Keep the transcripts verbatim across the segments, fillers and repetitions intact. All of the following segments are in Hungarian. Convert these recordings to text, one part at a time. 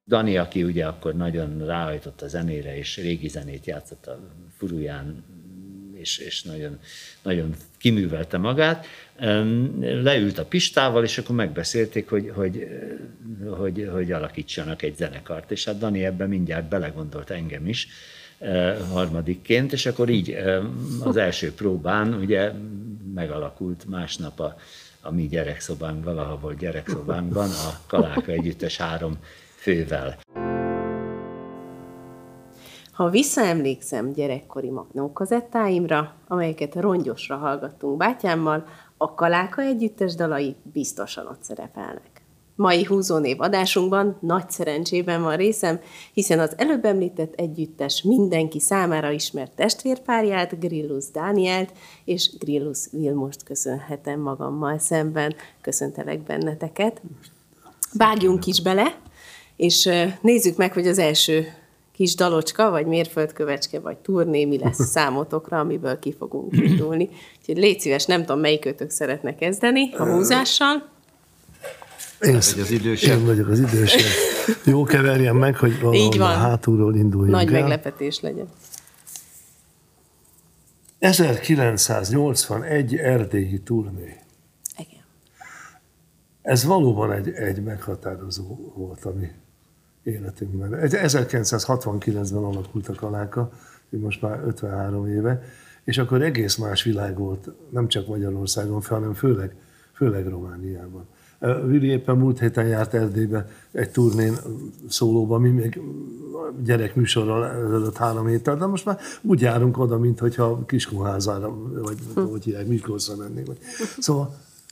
Dani, aki ugye akkor nagyon ráhajtott a zenére, és régi zenét játszott a furuján, és, és nagyon, nagyon kiművelte magát, leült a Pistával, és akkor megbeszélték, hogy, hogy, hogy, hogy alakítsanak egy zenekart. És hát Dani ebben mindjárt belegondolt engem is, harmadikként, és akkor így az első próbán ugye megalakult másnap a, a mi gyerekszobánk, valaha volt gyerekszobánkban, a Kaláka Együttes három fővel. Ha visszaemlékszem gyerekkori Magnó kazettáimra, amelyeket rongyosra hallgattunk bátyámmal, a Kaláka Együttes dalai biztosan ott szerepelnek. Mai húzónév adásunkban nagy szerencsében van részem, hiszen az előbb említett együttes mindenki számára ismert testvérpárját, Grillus Dánielt és Grillus Vilmost köszönhetem magammal szemben. Köszöntelek benneteket. Vágjunk is bele, és nézzük meg, hogy az első kis dalocska, vagy mérföldkövecske, vagy turné mi lesz számotokra, amiből ki fogunk indulni. Úgyhogy légy szíves, nem tudom, melyikőtök szeretne kezdeni a húzással. Én, az idősebb. Én vagyok az idősebb. Jó, keverjem meg, hogy valahol a hátulról induljunk Nagy el. meglepetés legyen. ezerkilencszáznyolcvanegy erdélyi turné. Igen. Ez valóban egy, egy meghatározó volt a mi életünkben. ezerkilencszázhatvankilencben alakult a Kaláka, most már ötvenhárom éve, és akkor egész más világ volt, nem csak Magyarországon, hanem főleg, főleg Romániában. Vili éppen múlt héten járt Erdélybe egy turnén szólóban, mi még gyerekműsorral előtt három héttel, de most már úgy járunk oda, mintha Kiskunházára, vagy hm. hogy hívják, Miskolcra mennénk. Szóval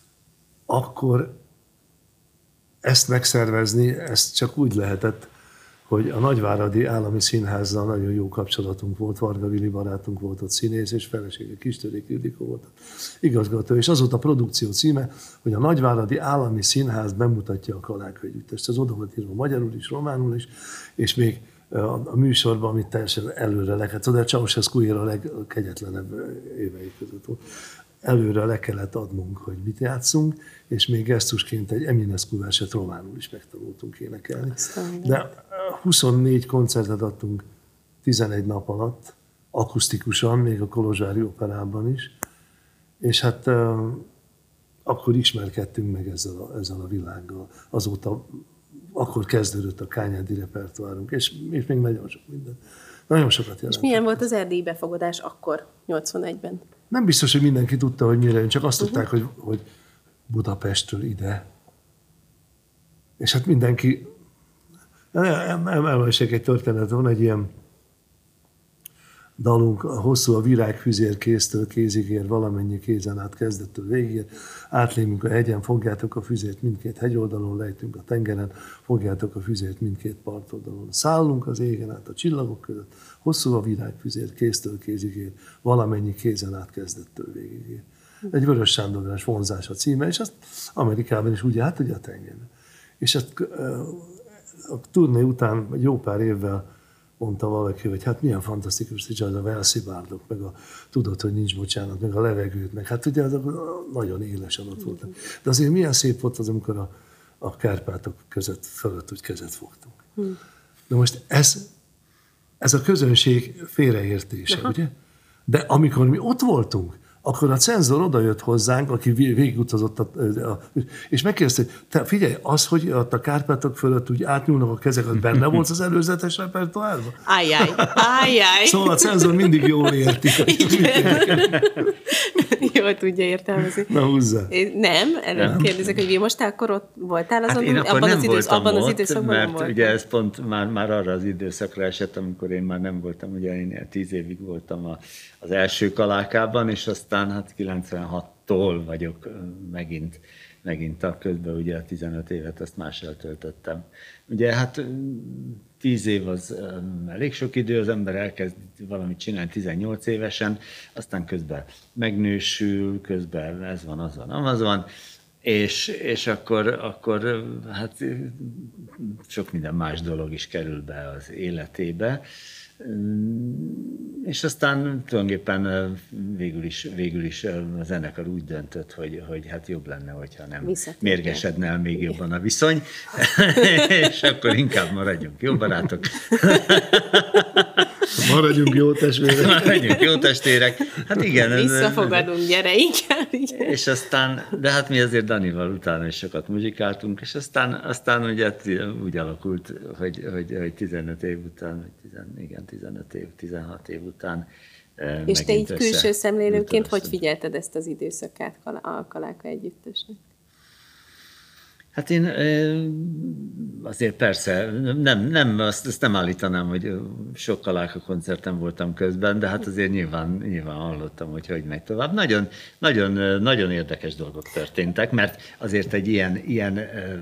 akkor ezt megszervezni, ezt csak úgy lehetett, hogy a Nagyváradi Állami Színházzal nagyon jó kapcsolatunk volt, Varga Vili barátunk volt ott színész, és felesége Kistörék Ildikó volt igazgató, és az volt a produkció címe, hogy a Nagyváradi Állami Színház bemutatja a Kaláka Együttest. Ez oda volt írva magyarul is, románul is, és még a, a műsorban, amit teljesen előre le kellett, de Ceausescu ér a legkegyetlenebb évei között volt. Előre le kellett adnunk, hogy mit játszunk, és még gesztusként egy Eminescu verset románul is megtanultunk énekelni. De huszonnégy koncertet adtunk tizenegy nap alatt, akusztikusan, még a Kolozsvári Operában is, és hát uh, akkor ismerkedtünk meg ezzel a, ezzel a világgal. Azóta, akkor kezdődött a kányádi repertoárunk, és, és még nagyon sok minden. Nagyon sokat jelentett. És milyen volt az erdélyi befogadás akkor, nyolcvanegyben? Nem biztos, hogy mindenki tudta, hogy mire jön, csak azt uh-huh. tudták, hogy, hogy Budapesttől ide. És hát mindenki... Elmesek egy történet, van egy ilyen dalunk, hosszú a virágfüzér kéztől kézig ér, valamennyi kézen át kezdettől végig, átlémünk a hegyen, fogjátok a füzért mindkét hegyoldalon, lejtünk a tengeren, fogjátok a füzért mindkét partoldalon. Szállunk az égen át a csillagok között, hosszú a virágfüzér kéztől kézig ér, valamennyi kézen át kezdettől végig ér. Egy Vörös Sándorás vonzás a címe, és azt Amerikában is úgy át, ugye a tengeren. És azt a turné után jó pár évvel mondta valaki, hogy hát milyen fantasztikus, hogy az a velszibárdok, meg a tudod, hogy nincs bocsánat, meg a levegőt, meg hát ugye azok nagyon élesen ott voltak. De azért milyen szép volt az, amikor a, a Kárpátok között, fölött úgy kezet fogtunk. Hmm. De most ez, ez a közönség félreértése, aha. ugye? De amikor mi ott voltunk, akkor a cenzor odajött hozzánk, aki végigutazott, a, a, és megkérdezte, hogy te figyelj, az, hogy a Kárpátok fölött úgy átnyúlnak a kezek, az benne volt az előzetes repertoárban? Ájjáj, ájjáj. Szóval a cenzor mindig jól érti. Jól tudja értelmezni. Na húzzá. Nem, előbb kérdezek, hogy most te akkor ott voltál azon, hát én abban, nem az, idősz, abban ott, az időszakban mert nem voltam. ugye ez pont már, már arra az időszakra esett, amikor én már nem voltam, ugye én tíz évig voltam a, az első Kalákában, és aztán hát kilencvenhattól vagyok megint, megint a közben, ugye a tizenöt évet ezt mással töltöttem. Ugye hát tíz év az elég sok idő, az ember elkezd valamit csinálni tizennyolc évesen, aztán közben megnősül, közben ez van, az van, az van, és, és akkor, akkor hát sok minden más dolog is kerül be az életébe. És aztán tulajdonképpen végül is, végül is a zenekar úgy döntött, hogy, hogy hát jobb lenne, hogyha nem mérgesedne el még jobban a viszony, és akkor inkább maradjunk jó barátok. Maradjunk jó testvérek. Maradjunk jó testvérek. Hát igen. Visszafogadunk, gyere inkább. És aztán, de hát mi azért Danival utána is sokat muzsikáltunk, és aztán, aztán ugye úgy alakult, hogy, hogy, hogy tizenöt év után, vagy tizen, igen, tizenöt év, tizenhat év után. És te így külső szemlélőként hogy figyelted ezt az időszakát a Kaláka együttesnek? Hát én azért persze, nem, nem azt, azt nem állítanám, hogy sok Kaláka koncerten voltam közben, de hát azért nyilván, nyilván hallottam, hogy hogy megy tovább. Nagyon, nagyon, nagyon érdekes dolgok történtek, mert azért egy ilyen, ilyen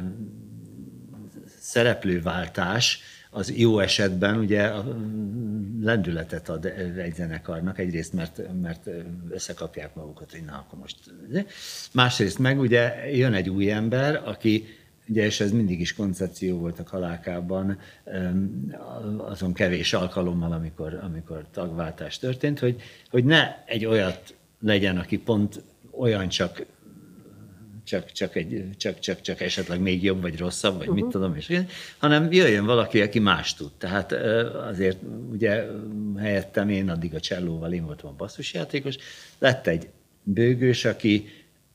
szereplőváltás az jó esetben ugye lendületet ad egy zenekarnak, egyrészt mert, mert összekapják magukat, hogy na, akkor most... Másrészt meg ugye jön egy új ember, aki, ugye, és ez mindig is koncepció volt a Kalákában, azon kevés alkalommal, amikor, amikor tagváltás történt, hogy, hogy ne egy olyat legyen, aki pont olyan csak Csak, csak, egy, csak, csak, csak esetleg még jobb, vagy rosszabb, vagy uh-huh. mit tudom, és, hanem jöjjön valaki, aki más tud. Tehát azért ugye helyettem én addig a csellóval, én voltam a basszusjátékos, lett egy bőgős, aki,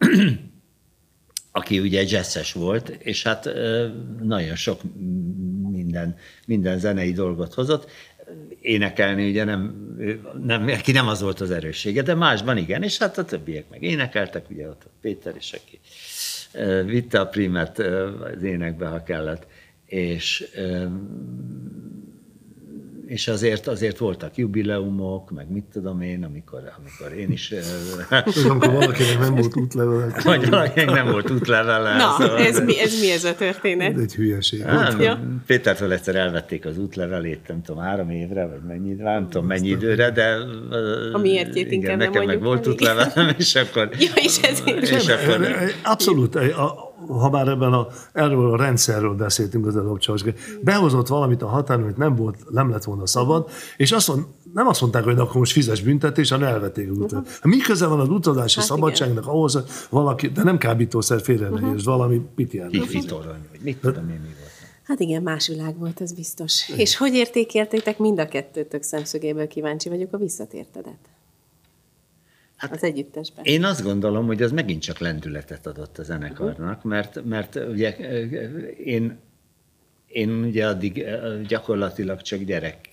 aki ugye jazzes volt, és hát nagyon sok minden, minden zenei dolgot hozott. Énekelni ugye nem, nem, neki nem az volt az erőssége, de másban igen, és hát a többiek meg énekeltek, ugye ott a Péter is, aki vitte a primet az énekbe, ha kellett, és, és azért, azért voltak jubileumok, meg mit tudom én, amikor, amikor én is... Amikor valakinek nem volt útlevele. Vagy valakinek nem volt útlevele. Na, szóval ez, mi, ez mi ez a történet? Ez egy hülyeség. Hát, ja. Pétertől egyszer elvették az útlevelét, nem tudom, három évre, vagy mennyi, nem tudom mennyi időre, de... A miértjét inkább nem nekem meg volt elég. Útlevelem, és akkor... Ja, és ezért. És akkor abszolút, a, ha már ebben a, erről a rendszerről beszéltünk az előbb, Csavarcska, behozott valamit a határon, amit nem volt, nem lett volna szabad, és azt mond, nem azt mondták, hogy akkor most fizes büntetés, hanem elvették az utat. Uh-huh. Mi köze van az utazási hát szabadságnak igen. ahhoz, hogy valaki, de nem kábítószer félre uh-huh. és valami mit jár. Hifitorolni, vagy mit tudom én mi volt. Hát igen, más világ volt, ez biztos. Igen. És hogy értékeltétek mind a kettőtök szemszögéből, kíváncsi vagyok a visszatértedet? Hát az együttesben. Én azt gondolom, hogy az megint csak lendületet adott a zenekarnak, mert, mert ugye én, én ugye addig gyakorlatilag csak gyerek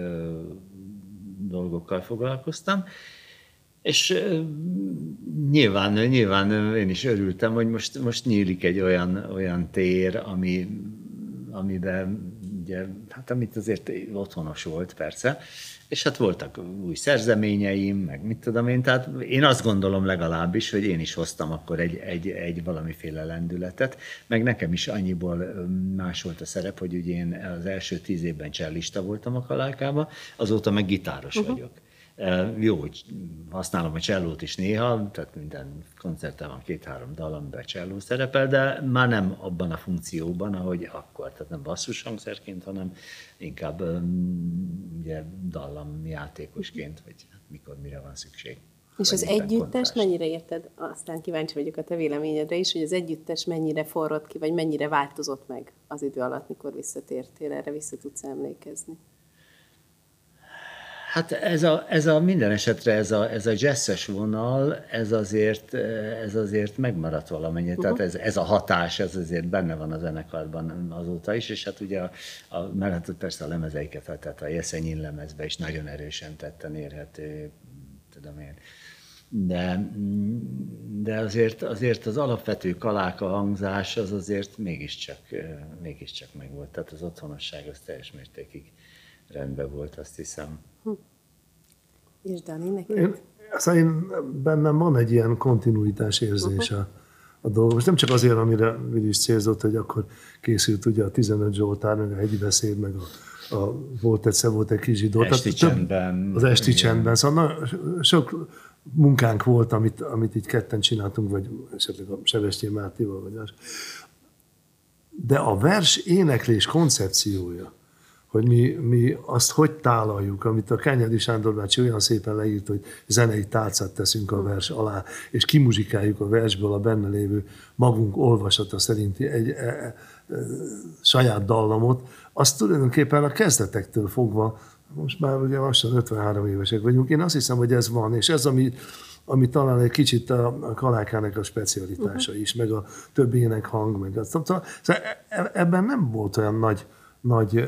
dolgokkal foglalkoztam, és nyilván, nyilván én is örültem, hogy most, most nyílik egy olyan, olyan tér, ami, amiben ugye, hát amit azért otthonos volt persze, és hát voltak új szerzeményeim, meg mit tudom én, tehát én azt gondolom legalábbis, hogy én is hoztam akkor egy, egy, egy valamiféle lendületet, meg nekem is annyiból más volt a szerep, hogy ugye én az első tíz évben csellista voltam a Kalákában, azóta meg gitáros uh-huh. vagyok. Jó, hogy használom a csellót is néha, tehát minden koncerten van két-három dal, amiben a cselló szerepel, de már nem abban a funkcióban, ahogy akkor, tehát nem basszushangszerként, hanem inkább ugye dallamjátékosként, vagy mikor mire van szükség. És az együttes mennyire érted? Aztán kíváncsi vagyok a te véleményedre is, hogy az együttes mennyire forrott ki, vagy mennyire változott meg az idő alatt, mikor visszatértél, erre vissza tudsz emlékezni? Hát ez a, ez a minden esetre ez a, ez a jazzes vonal, ez azért, ez azért megmaradt valamennyire. Uh-huh. Tehát ez, ez a hatás, ez azért benne van a zenekarban azóta is, és hát ugye a, a, mert hát persze a lemezeiket, tehát a Jeszenyin lemezbe is nagyon erősen tetten érhető, tudom én. De, de azért, azért az alapvető Kaláka hangzás az azért mégiscsak, mégiscsak megvolt. Tehát az otthonosság az teljes mértékig rendben volt, azt hiszem. Hm. És Dani, neked? Én, szóval én, bennem van egy ilyen kontinuitás érzés uh-huh. a, a dolog. Most nem csak azért, amire Vili is célzott, hogy akkor készült ugye a tizenöt Zsoltár, meg a hegyi beszéd, meg a, a volt egyszer, volt egy kis zsidó. Esti csendben. Az esti igen. csendben. Szóval na, sok munkánk volt, amit, amit így ketten csináltunk, vagy esetleg a Sebestyén Mártival, vagy más. De a vers éneklés koncepciója, hogy mi, mi azt hogy tálaljuk, amit a Kányádi Sándor bácsi olyan szépen leírt, hogy zenei tálcát teszünk a vers alá, és kimuzsikáljuk a versből a benne lévő magunk olvasata szerinti egy e, e, e, saját dallamot, azt tulajdonképpen a kezdetektől fogva, most már ugye lassan ötvenhárom évesek vagyunk, én azt hiszem, hogy ez van, és ez, ami, ami talán egy kicsit a, a Kalákának a specialitása uh-huh. is, meg a több énekhang, meg azt. Szóval ebben nem volt olyan nagy, nagy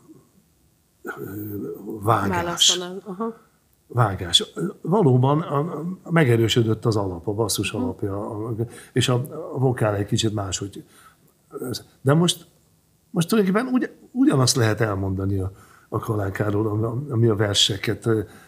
vágás. Uh-huh. Vágás. Valóban a, a, megerősödött az alap, a basszus uh-huh. alapja, a, és a, a vokál egy kicsit máshogy. De most, most tulajdonképpen ugy, ugyanazt lehet elmondani a, a Kalákáról, ami a verseket,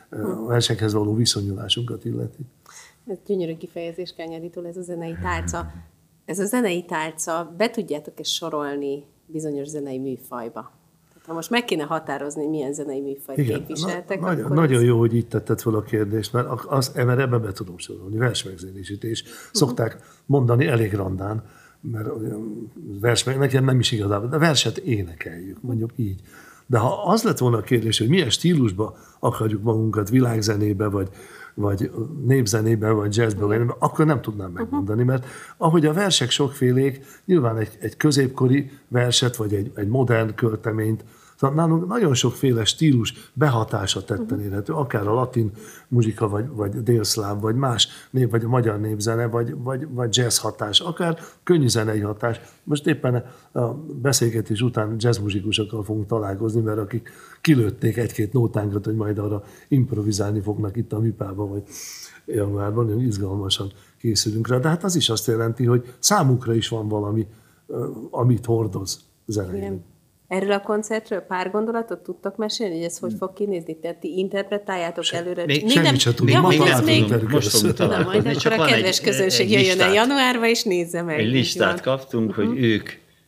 a versekhez való viszonyulásunkat illeti. Ez gyönyörű kifejezés Kányáditól, ez a zenei tálca. Ez a zenei tálca, be tudjátok-e sorolni bizonyos zenei műfajba? Ha most meg kéne határozni, hogy milyen zenei műfajt igen, képviseltek, na, nagyon, akkor nagyon ez... jó, hogy így tetted fel a kérdést, mert az, mert ebben be tudom sorolni, versmegzenésítés. Uh-huh. Szokták mondani elég randán, mert vers, nekem nem is igazából, de verset énekeljük, mondjuk így. De ha az lett volna a kérdés, hogy milyen stílusba akarjuk magunkat, világzenébe, vagy, vagy népzenébe, vagy jazzbe, vagy nem, akkor nem tudnám megmondani, mert ahogy a versek sokfélék, nyilván egy, egy középkori verset, vagy egy, egy modern költeményt, szóval nálunk nagyon sokféle stílus behatása tetten érhető, akár a latin muzsika, vagy, vagy délszláv, vagy más nép, vagy a magyar népzene, vagy, vagy, vagy jazz hatás, akár könnyű zenei hatás. Most éppen a beszélgetés után jazzmuzsikusokkal fogunk találkozni, mert akik kilőtték egy-két nótánkat, hogy majd arra improvizálni fognak itt a műpában, vagy januárban, nagyon izgalmasan készülünk rá. De hát az is azt jelenti, hogy számukra is van valami, amit hordoz zeneileg. Erről a koncertről pár gondolatot tudtok mesélni, hogy ez hogy fog kinézni? Tehát ti interpretáljátok Se, előre? Még semmit sem tudunk. Ja, még nem még most fogunk találkozni. Majd akkor a kedves egy, közönség egy jöjjön listát, el januárba, és nézze meg. Egy listát kaptunk, uh-huh. hogy ők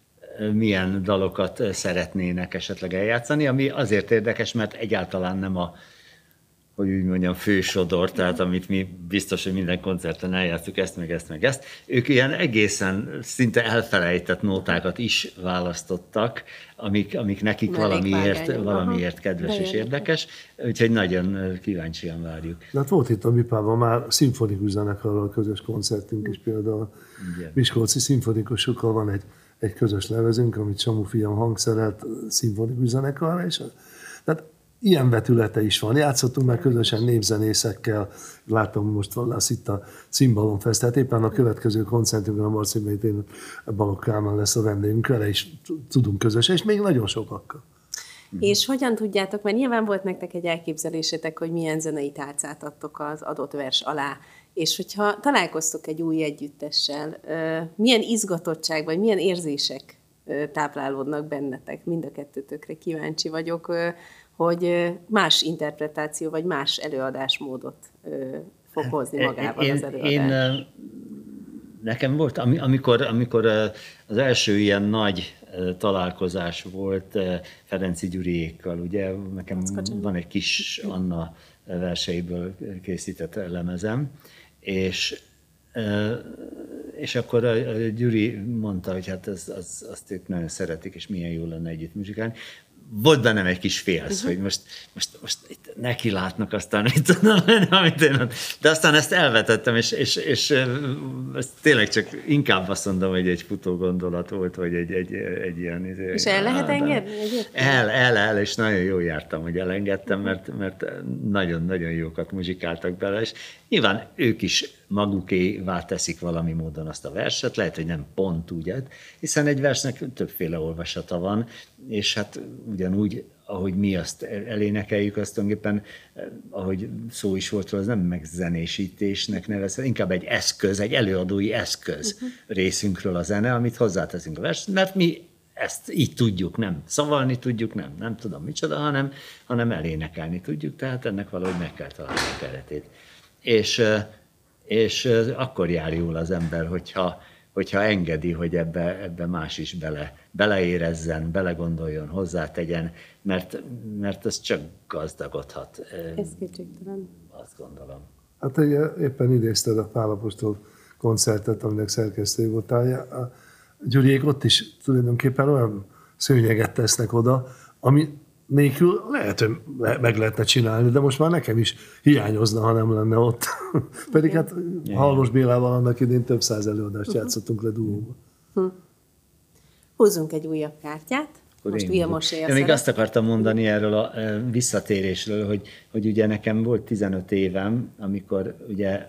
milyen dalokat szeretnének esetleg eljátszani, ami azért érdekes, mert egyáltalán nem a, hogy úgy mondjam, fősodor, tehát amit mi biztos, hogy minden koncerten eljátszunk, ezt, meg ezt, meg ezt. Ők ilyen egészen szinte elfelejtett nótákat is választottak, amik, amik nekik valamiért, valamiért kedves és érdekes, úgyhogy nagyon kíváncsian várjuk. De hát volt itt a Mipában már szimfonikus zenekarral közös koncertünk is, például igen. Miskolci szimfonikusokkal van egy, egy közös levezünk, amit Samu fiam hangszerelt szimfonikus zenekarra, és tehát ilyen vetülete is van. Játszottunk már közösen népzenészekkel, látom most lesz itt a Cimbalom Fest, tehát éppen a következő koncertünkön a Marci Bétén Balogh Kálmán lesz a vendégünk, vele is tudunk közösen, és még nagyon sokakkal. És hogyan tudjátok, mert nyilván volt nektek egy elképzelésetek, hogy milyen zenei tálcát adtok az adott vers alá, és hogyha találkoztok egy új együttessel, milyen izgatottság, vagy milyen érzések táplálódnak bennetek? Mind a kettőtökre kíváncsi vagyok, hogy más interpretáció, vagy más előadásmódot fog hozni magával én, az előadás. Én, nekem volt, amikor, amikor az első ilyen nagy találkozás volt Ferenci Gyuriékkal, ugye, nekem van egy kis Anna verseiből készített lemezem, és és akkor a, a Gyuri mondta, hogy hát az, az, azt ők nagyon szeretik, és milyen jó lenne együtt muzsikálni. Volt bennem egy kis félsz, uh-huh. hogy most, most, most itt neki látnak, aztán mit tudom, amit én, de aztán ezt elvetettem, és, és, és ez tényleg csak inkább azt mondom, hogy egy futó gondolat volt, vagy egy, egy, egy ilyen... És el lehet engedni? El, el, el, és nagyon jól jártam, hogy elengedtem, mert, mert nagyon-nagyon jókat muzsikáltak bele, és nyilván ők is magukévá teszik valami módon azt a verset, lehet, hogy nem pont úgy, hiszen egy versnek többféle olvasata van, és hát ugyanúgy, ahogy mi azt elénekeljük, azt tulajdonképpen, ahogy szó is volt róla, az nem megzenésítésnek nevezve, inkább egy eszköz, egy előadói eszköz uh-huh. részünkről a zene, amit hozzáteszünk a verset, mert mi ezt így tudjuk, nem szavalni tudjuk, nem, nem tudom micsoda, hanem, hanem elénekelni tudjuk, tehát ennek valahogy meg kell találni a keretét. És, és akkor jár jól az ember, hogyha, hogyha engedi, hogy ebbe, ebbe más is bele, beleérezzen, belegondoljon, hozzátegyen, mert, mert ez csak gazdagodhat. Ez kétségtelen. Azt gondolom. Hát éppen idézted a Pál apostol koncertet, aminek szerkesztő voltál. A Gyuriék ott is tulajdonképpen olyan szőnyeget tesznek oda, ami nélkül lehet, hogy meg lehetne csinálni, de most már nekem is hiányozna, ha nem lenne ott. Pedig hát Halmos Bélával annak idén több száz előadást játszottunk le duóba. Hm. Húzzunk egy újabb kártyát. Akkor most Vilmos él. Én még azt akartam mondani erről a visszatérésről, hogy, hogy ugye nekem volt tizenöt évem, amikor ugye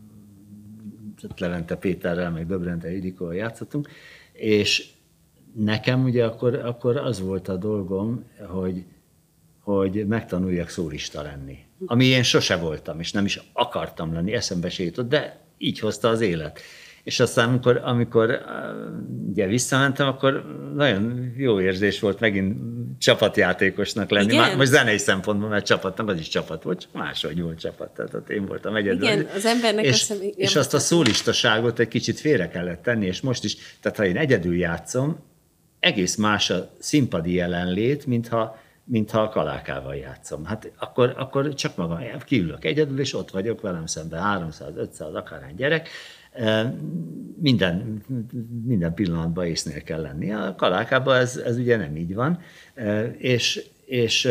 Levente Péterrel, meg Döbrente Ildikóval játszottunk, és nekem ugye akkor, akkor az volt a dolgom, hogy, hogy megtanuljak szólista lenni. Ami én sose voltam, és nem is akartam lenni, eszembe se jutott, de így hozta az élet. És aztán, amikor, amikor ugye visszamentem, akkor nagyon jó érzés volt megint csapatjátékosnak lenni. Már most zenei szempontból, mert csapatnak az is csapat volt, csak máshogy volt csapat. Tehát ott én voltam egyedül. Igen, az embernek és, azt hiszem, és azt a szólistaságot egy kicsit félre kellett tenni, és most is, tehát ha én egyedül játszom, egész más a színpadi jelenlét, mintha, mintha a Kalákával játszom. Hát akkor, akkor csak magam kiülök egyedül, és ott vagyok velem szemben háromszáz, ötszáz, akárhány gyerek. Minden, minden pillanatban észnél kell lenni. A Kalákában ez, ez ugye nem így van. És, és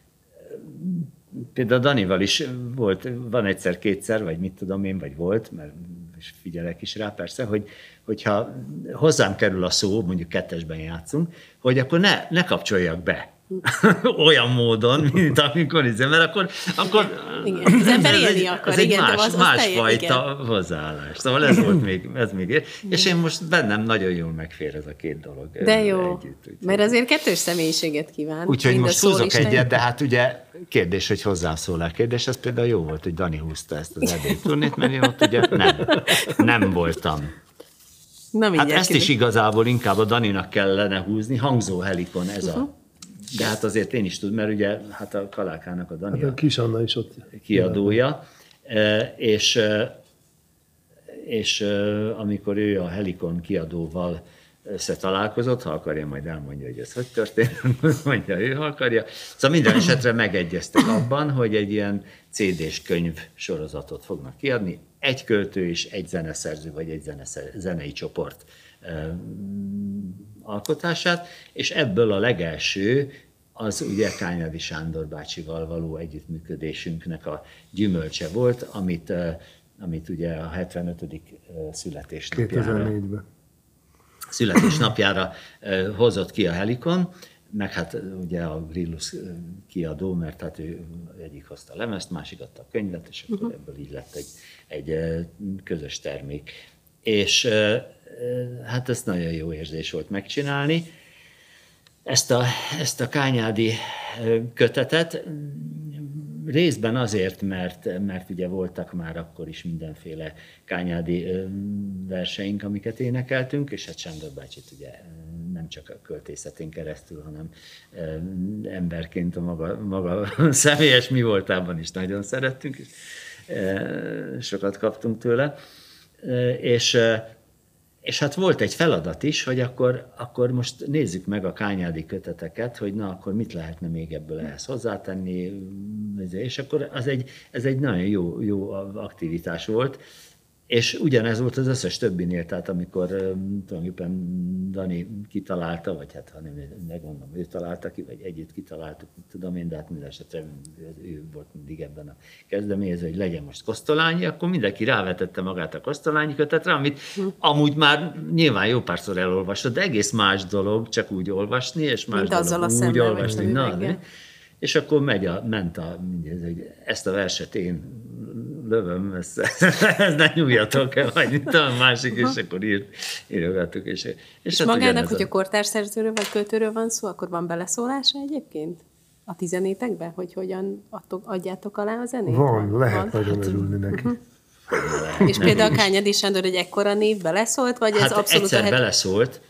például Danival is volt, van egyszer-kétszer, vagy mit tudom én, vagy volt, mert és figyelek is rá persze, hogy, hogyha hozzám kerül a szó, mondjuk kettesben játszunk, hogy akkor ne, ne kapcsoljak be. Olyan módon, mint amikor izé, mert akkor... akkor igen, az ember élni akar. Ez egy igen, más, az, az másfajta hozzáállás. Szóval ez volt még, ez még ér. És én most bennem nagyon jól megfér ez a két dolog. De jó, együtt, úgy, mert azért kettős személyiséget kíván. Úgyhogy most húzok egyet, de hát ugye kérdés, hogy hozzám szól a kérdés, ez például jó volt, hogy Dani húzta ezt az erdélyturnét, mert én ott ugye nem, nem voltam. Na, hát ezt is igazából inkább a Daninak kellene húzni, Hangzó Helikon ez uh-huh. a... De hát azért én is tudom, mert ugye hát a Kalákának a Dani hát a Kis Anna is ott kiadója, e, és, és amikor ő a Helikon kiadóval összetalálkozott, ha akarja, majd elmondja, hogy ez hogy történt, mondja ő, ha akarja. Szóval minden esetre megegyeztek abban, hogy egy ilyen cé dés könyv sorozatot fognak kiadni, egy költő és egy zeneszerző, vagy egy zeneszerző, zenei csoport alkotását, és ebből a legelső az ugye Kányádi Sándor bácsival való együttműködésünknek a gyümölcse volt, amit, amit ugye a hetvenötödik születésnapjára, kétezer-négyben születésnapjára hozott ki a Helikon, meg hát ugye a Grillus kiadó, mert hát ő egyik hozta a lemezt, másik adta a könyvet, és akkor uh-huh. ebből így lett egy, egy közös termék. És hát ez nagyon jó érzés volt megcsinálni. Ezt a, ezt a Kányádi kötetet részben azért, mert, mert ugye voltak már akkor is mindenféle Kányádi verseink, amiket énekeltünk, és hát Sándor bácsit ugye nem csak a költészetén keresztül, hanem emberként a maga, maga személyes mi voltában is nagyon szerettünk, és sokat kaptunk tőle. És És hát volt egy feladat is, hogy akkor, akkor most nézzük meg a Kányádi köteteket, hogy na, akkor mit lehetne még ebből ehhez hozzátenni, és akkor az egy, ez egy nagyon jó, jó aktivitás volt, és ugyanez volt az összes többinél, tehát amikor um, tulajdonképpen Dani kitalálta, vagy hát ha nem megmondom, ő találta ki, vagy együtt kitaláltuk, tudom én, de hát minden esetre ő volt mindig ebben a kezdeményező, hogy legyen most Kosztolányi, akkor mindenki rávetette magát a Kosztolányi kötetre, amit amúgy már nyilván jó párszor elolvasott, de egész más dolog csak úgy olvasni, és más mint dolog azzal a úgy olvasni. Na, és akkor megy a, ment a, hogy ezt a verset én lövöm, ezt, ezt ne nyújjatok el, vagy a másik, és akkor írt, írogattuk. És, és, és hát magának, hogy a, a kortársszerzőről vagy költőről van szó, akkor van beleszólása egyébként a tizenétekben, hogy hogyan adtok, adjátok alá a zenét? Van, van? lehet van? nagyon örülni neki. Uh-huh. És például Kányádi Sándor egy ekkora név beleszólt, vagy ez hát abszolút... egyszer het... beleszólt,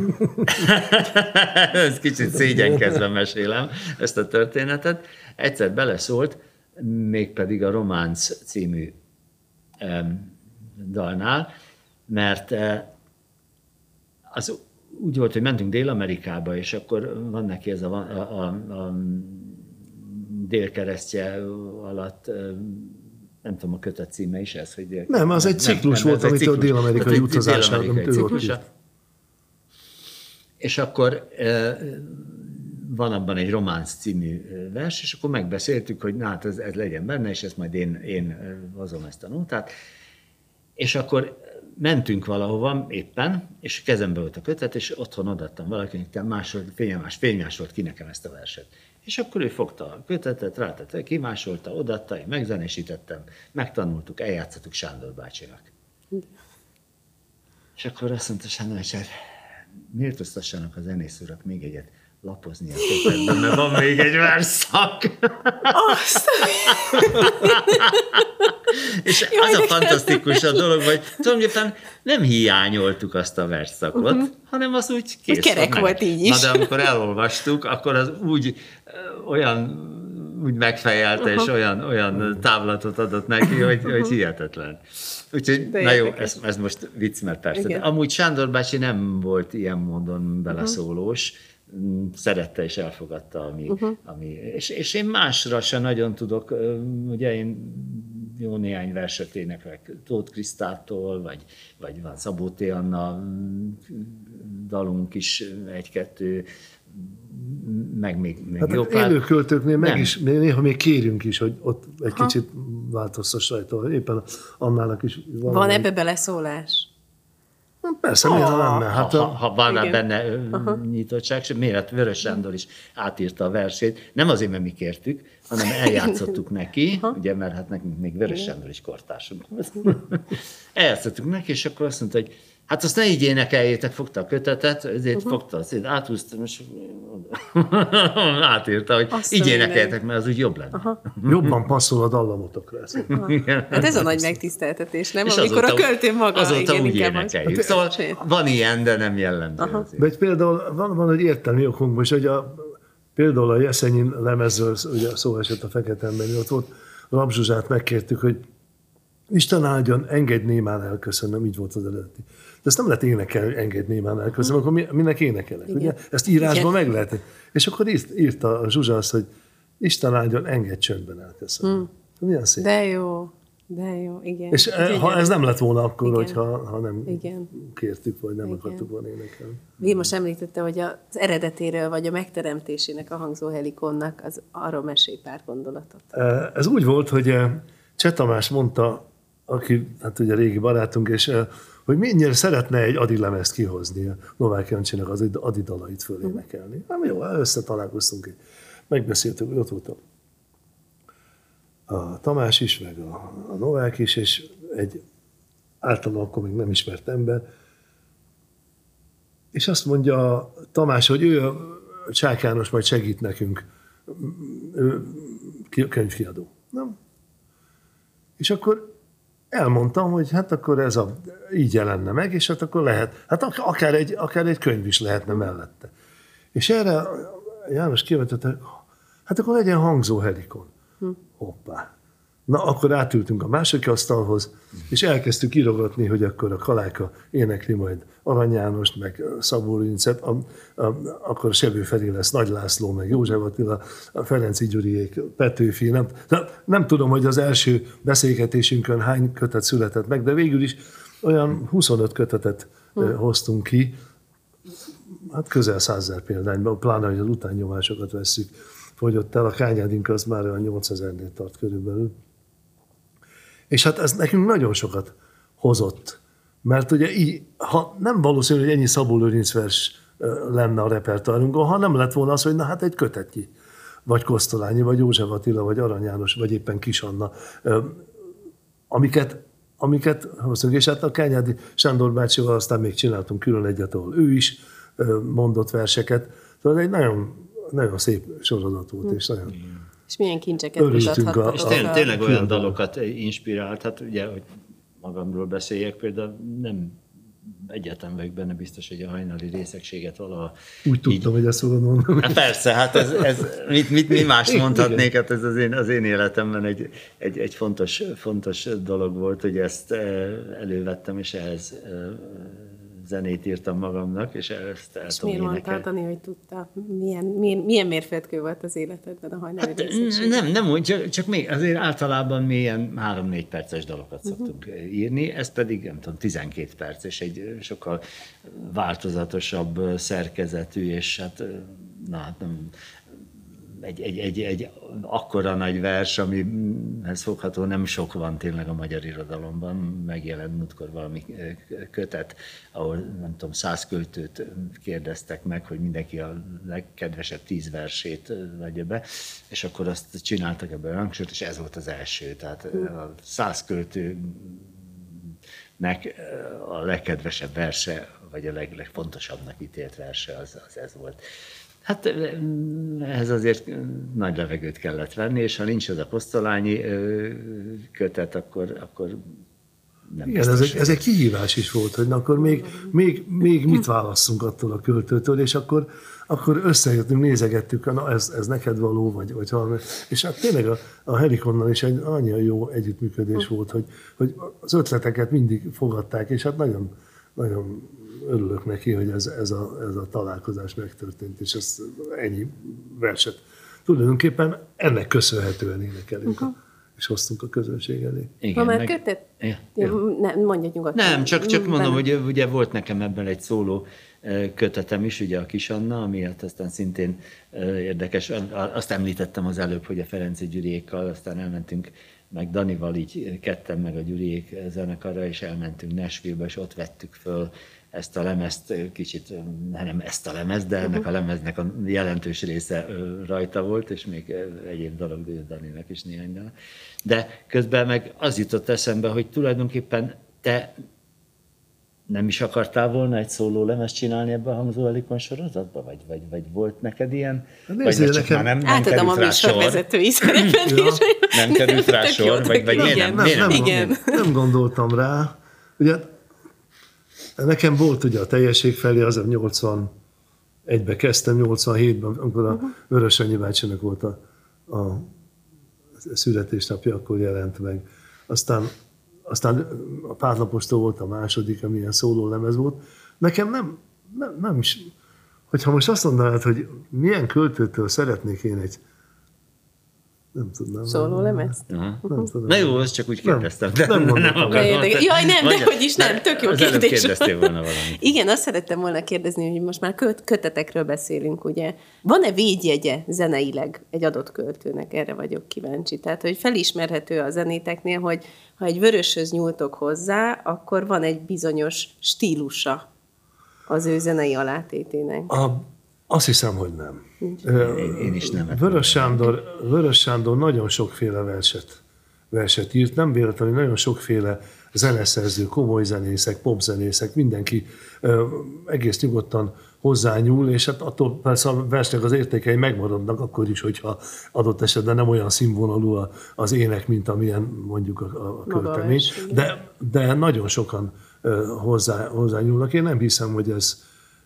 ez kicsit szégyenkezve mesélem ezt a történetet. Egyszer beleszólt, mégpedig a Románc című um, dalnál, mert uh, az úgy volt, hogy mentünk Dél-Amerikába, és akkor van neki ez a, a, a, a délkeresztje alatt, nem tudom, a kötet címe is ez, hogy... Dél... Nem, az egy ciklus nem, volt, amit a dél-amerikai utazásában ő ott. És akkor van abban egy románc című vers, és akkor megbeszéltük, hogy na, hát ez, ez legyen benne, és ezt majd én, én hozom ezt a nótát. És akkor mentünk valahova éppen, és kezembe volt a kötet, és otthon odaadtam valakinek, másod, fényemás, fénymásolt ki nekem ezt a verset. És akkor ő fogta a kötetet, rátette, kimásolta, odaadta, én megzenésítettem, megtanultuk, eljátszottuk Sándor bácsinak. És akkor azt mondta Sándor bácsi, méltóztassanak a zenész urak még egyet lapozni a kötetben, mert van még egy versszak. És az a fantasztikus a dolog, hogy tulajdonképpen nem hiányoltuk azt a versszakot, uh-huh. hanem az úgy kész kerek meg. volt így is. Na de amikor elolvastuk, akkor az úgy olyan úgy megfejelte, uh-huh. és olyan, olyan távlatot adott neki, hogy, uh-huh. hogy hihetetlen. Úgyhogy, na jó, ez, ez most vicc, mert persze. De amúgy Sándor bácsi nem volt ilyen módon beleszólós, uh-huh. szerette és elfogadta, ami, uh-huh. ami és, és én másra sem nagyon tudok, ugye én jó néhány verset éneklek Tóth Krisztától, vagy, vagy van Szabó T. Anna dalunk is, egy-kettő, meg még, még hát jó pár. Élő költőknél meg is, néha még kérünk is, hogy ott egy ha. kicsit változtass rajta. Éppen Annának is van. Van ebbe beleszólás? Persze, miért lenne? Hát ha, ha, ha van rá benne uh-huh. nyitottság, miért Vörös Sándor is átírta a versét. Nem azért, mert mi kértük, hanem eljátszottuk neki, uh-huh. ugye, mert hát nekünk még Vörös Sándor is kortársunk. Eljátszottuk neki, és akkor azt mondta, hogy hát azt ne így énekeljétek, fogta a kötetet, ezért uh-huh. fogta, azért átúztam, és átírta, hogy azt így énekeljetek, mert az úgy jobb lenne. Uh-huh. Jobban passzol a dallamotokra. Uh-huh. Hát ez a nagy megtiszteltetés, nem? És amikor azóta, a költő maga azóta igen, úgy énekeljük. Hát, szóval van ilyen, de nem jellemző. Uh-huh. De például van, van egy értelmi okunk most, hogy a, például a Jeszenyin lemezről ugye szó esett a Fekete Emberi, ott volt Rab Zsuzsát megkértük, hogy Isten áldjon, engedj némán elköszönöm, így volt az eredeti. De ezt nem lehet énekelni, engedj némán elköszönöm, akkor minek énekelek, ugye? Ezt írásban meg lehet. És akkor írt, írta a Zsuzsa azt, hogy Isten áldjon, engedj csöndben elköszönöm. Hmm. Milyen szép. De jó, de jó, igen. És igen. Ha ez nem lett volna akkor, igen. hogyha ha nem igen. kértük, vagy nem igen. akartuk volna énekelni. Vilmos említette, hogy az eredetéről, vagy a megteremtésének a Hangzó Helikonnak, az arról mesélj pár gondolatot. Ez úgy volt, hogy Cseh Tamás mondta, aki hát ugye régi barátunk, és hogy mennyire szeretne egy Adi lemezt kihozni, a Novák Jancsinak az Adi dalait fölénekelni. Nem jó, összetalálkoztunk, megbeszéltük, hogy ott volt a, a Tamás is, meg a, a Novák is, és egy általában akkor még nem ismert ember, és azt mondja Tamás, hogy ő a Csák János majd segít nekünk, ő könyvkiadó. Nem? És akkor elmondtam, hogy hát akkor ez a, így jelenne meg, és hát akkor lehet, hát akár egy, akár egy könyv is lehetne mellette. És erre János kivetette, hát akkor legyen Hangzó Helikon. Hm. Hoppá. Na, akkor átültünk a másik asztalhoz, és elkezdtük írogatni, hogy akkor a Kaláka énekli majd Arany Jánost, meg Szabó Lőrincet, a, a, akkor Sebő Feri lesz Nagy László, meg József Attila, a Ferenci Gyuriék, Petőfi. Nem, nem tudom, hogy az első beszélgetésünkön hány kötet született meg, de végül is olyan huszonöt kötetet hmm. hoztunk ki, hát közel százezer példányban, pláne, hogy az utánnyomásokat vesszük, fogyott el, a Kányádink az már olyan nyolcezernél tart körülbelül. És hát ez nekünk nagyon sokat hozott. Mert ugye így, ha nem valószínű, hogy ennyi Szabó Lőrinc vers lenne a repertoárunkon, ha nem lett volna az, hogy na hát egy kötetnyi, vagy Kosztolányi, vagy József Attila, vagy Arany János, vagy éppen Kis Anna, amiket, amiket hoztunk. És hát a Kányádi Sándor bácsival aztán még csináltunk külön egyet, ahol ő is mondott verseket. Tehát egy nagyon, nagyon szép sorozat volt, és nagyon... És milyen kincseket mutathattak. És tényleg, tényleg olyan dalokat inspirált, hát ugye, hogy magamról beszéljek, például nem egyáltalán vagyok benne biztos, hogy a hajnali részegséget valaha... Úgy tudtam, így... hogy ezt fogod mondani. Hát persze, hát ez, ez mit, mit, mi más mondhatnék, hát ez az én, az én életemben egy, egy, egy fontos, fontos dolog volt, hogy ezt elővettem, és ehhez zenét írtam magamnak, és ezt el és tudom miért mondtad, Dani, hogy tudta? Milyen, milyen, milyen mérföldkő volt az életedben a hajnali hát, Nem, nem úgy, csak, csak még azért általában mi ilyen három-négy perces dalokat uh-huh. szoktunk írni, ez pedig, nem tudom, tizenkét perc, és egy sokkal változatosabb szerkezetű, és hát na hát nem, egy, egy, egy, egy akkora nagy vers, amihez fogható nem sok van tényleg a magyar irodalomban. Megjelent múltkor valami kötet, ahol nem tudom, száz költőt kérdeztek meg, hogy mindenki a legkedvesebb tíz versét vegye be, és akkor azt csináltak ebből a rangsort, és ez volt az első. Tehát a száz költőnek a legkedvesebb verse, vagy a leg, legfontosabbnak ítélt verse az, az ez volt. Hát ehhez azért nagy levegőt kellett venni, és ha nincs az a Kosztolányi kötet, akkor, akkor nem igen, ez egy, ez egy kihívás is volt, hogy na, akkor még, még, még mit válasszunk attól a költőtől, és akkor, akkor összejöttünk, nézegettük, na ez, ez neked való, vagy, vagy valami. És hát tényleg a, a Herikonnal is egy annyira jó együttműködés volt, hogy, hogy az ötleteket mindig fogadták, és hát nagyon, nagyon örülök neki, hogy ez, ez, a, ez a találkozás megtörtént, és ez ennyi verset. Tulajdonképpen ennek köszönhetően énekelünk, uh-huh. és hoztunk a közönség elé. Igen, ha már meg... kötet? Ja, ja. Nem, mondja nyugodtan. Nem, csak, csak mondom, hogy ugye volt nekem ebben egy szóló kötetem is, ugye a Kis Anna, ami hát aztán szintén érdekes. Azt említettem az előbb, hogy a Ferenczy Gyuriékkal, aztán elmentünk meg Danival így ketten, meg a Gyuriék zenekarra, és elmentünk Nashville-be, és ott vettük föl ezt a lemezt, kicsit, nem ezt a lemezt, de ennek a lemeznek a jelentős része rajta volt, és még egyéb dolog Daninak is néhány dal. De közben meg az jutott eszembe, hogy tulajdonképpen te nem is akartál volna egy szóló lemezt csinálni ebbe a Hangzó Helikon sorozatba? Vagy, vagy, vagy volt neked ilyen? Nézd, vagy nekem... nem, nem átadom a műsorvezetői szerepet ja. Nem került rá sor? Vagy, vagy miért nem? Nem, nem, igen. nem, nem gondoltam rá. Ugye, nekem volt ugye a teljesség felé, az a nyolcvanegyben kezdtem, nyolcvanhétben, amikor a uh-huh. Vörösannyi bácsinak volt a, a születésnapja, akkor jelent meg. Aztán Aztán a Pártlapostól volt a második, amilyen szóló lemez volt. Nekem nem, nem, nem is, hogyha most azt mondanád, hogy milyen költőtől szeretnék én egy, nem tudnám. Szóló lemez? Na jó, azt csak úgy kérdeztem. Nem, nem, nem, nem Jaj, nem, de hogy is nem, tök jó kérdés. Kérdeztél volna valamit. Igen, azt szerettem volna kérdezni, hogy most már köt, kötetekről beszélünk, ugye. Van-e védjegye zeneileg egy adott költőnek? Erre vagyok kíváncsi. Tehát, hogy felismerhető a zenéteknél, hogy ha egy vöröshöz nyúltok hozzá, akkor van egy bizonyos stílusa az ő zenei alátétének. A, azt hiszem, hogy nem. Én, én is nem. Vörös Sándor, Vörös Sándor nagyon sokféle verset, verset írt, nem véletlenül nagyon sokféle zeneszerző, komoly zenészek, popzenészek, mindenki ö, egész nyugodtan hozzányúl, és hát attól persze a versnek az értékei megmaradnak, akkor is, hogyha adott esetben nem olyan színvonalú az ének, mint amilyen mondjuk a, a költemény. De, de nagyon sokan ö, hozzá, hozzányúlnak. Én nem hiszem, hogy ez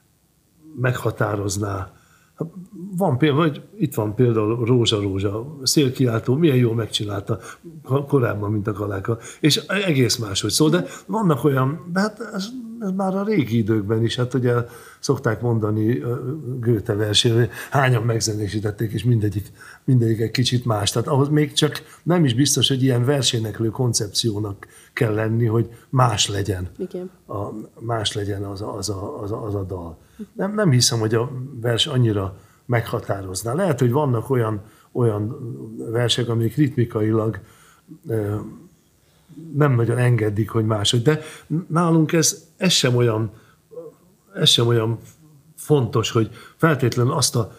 meghatározná. Van például, vagy itt van például Rózsa Rózsa, szélkiáltó, milyen jól megcsinálta korábban, mint a Kaláka, és egész máshogy szól, de vannak olyan, de hát ez, ez már a régi időkben is, hát ugye szokták mondani Goethe versén, hányan megzenésítették, és mindegyik, mindegyik egy kicsit más. Tehát ahhoz még csak nem is biztos, hogy ilyen verséneklő koncepciónak kell lenni, hogy más legyen, Igen. A, más legyen az a, az a, az a, az a dal. Nem, nem hiszem, hogy a vers annyira meghatározná. Lehet, hogy vannak olyan, olyan versek, amik ritmikailag ö, nem nagyon engedik, hogy máshogy. De nálunk ez, ez, sem olyan, ez sem olyan fontos, hogy feltétlenül azt a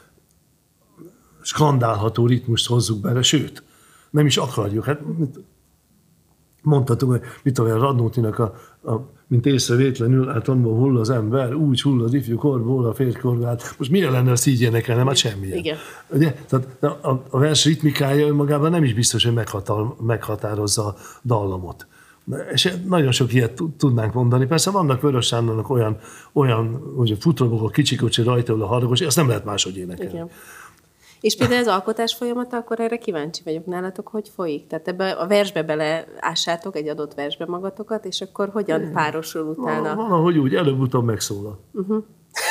skandálható ritmust hozzuk bele, sőt, nem is akarjuk. Hát, mondhatunk, hogy mit tudom, a Radnótinak a, a mint észrevétlenül, hát onnan hull az ember, úgy hull az ifjú korból a férjkorba, hát most milyen lenne azt így énekelnem, hát semmilyen. Igen. Ugye? Tehát a, a vers ritmikája önmagában nem is biztos, hogy meghatár, meghatározza a dallamot. És nagyon sok ilyet tudnánk mondani. Persze vannak Vörös Sándornak olyan, olyan hogy futrogok a kicsikocsi rajta, a haragos, és azt nem lehet máshogy énekelni. Igen. És például az alkotás folyamata, akkor erre kíváncsi vagyok nálatok, hogy folyik? Tehát ebbe a versbe beleássátok egy adott versbe magatokat, és akkor hogyan párosul utána? Van, valahogy úgy, előbb-utóbb megszólal. Uh-huh.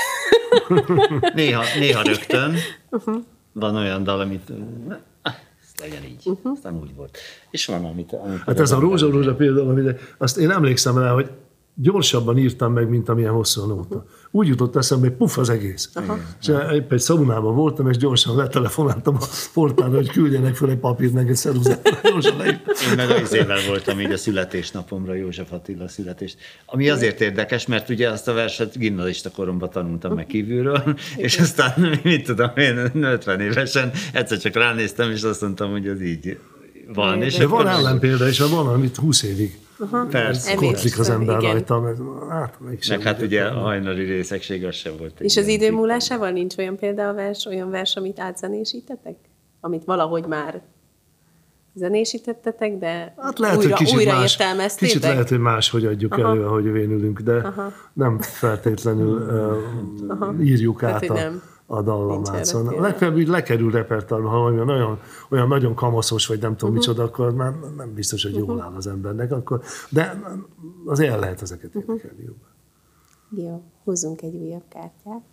néha, néha rögtön. Uh-huh. Van olyan dal, amit ezt legyen így. Uh-huh. Aztán úgy volt. És van, amit... amit hát ez a Rózsa Rózsa például, amire, azt én emlékszem rá, hogy gyorsabban írtam meg, mint amilyen hosszú a nóta. Uh-huh. Úgy jutott eszembe, hogy puff az egész. Uh-huh. És épp egy szaunában voltam, és gyorsan letelefonáltam a portálra, hogy küldjenek fel egy papírt, meg egy szeruzát. Gyorsan leírtam. Én meg az évvel voltam így a születésnapomra, József Attila születést. Ami azért érdekes, mert ugye azt a verset gimnazista koromban tanultam meg kívülről, és aztán, mit tudom én, ötven évesen egyszer csak ránéztem, és azt mondtam, hogy az így van. És de van ellenpélda, és van, amit húsz évig persze. kotlik az ember igen. rajta, mert hát mégsem. Meg hát ugye a hajnali részegség az sem volt. És az idő múlásával nincs olyan példa a vers, olyan vers, amit átzenésítetek? Amit valahogy már zenésítettetek, de hát lehet, újra, hogy kicsit újra más, értelmeztétek? Kicsit lehet, hogy máshogy adjuk Aha. elő, ahogy vénülünk, de Aha. nem feltétlenül uh, írjuk hát, át a, a dallamát. Szóval legfeljebb így lekerül repertoárba, ha olyan, olyan, olyan nagyon kamaszos, vagy nem tudom uh-huh. micsoda, akkor már nem biztos, hogy jól uh-huh. áll az embernek, akkor, de azért el lehet ezeket uh-huh. énekelni jobban. Jó, húzzunk egy újabb kártyát.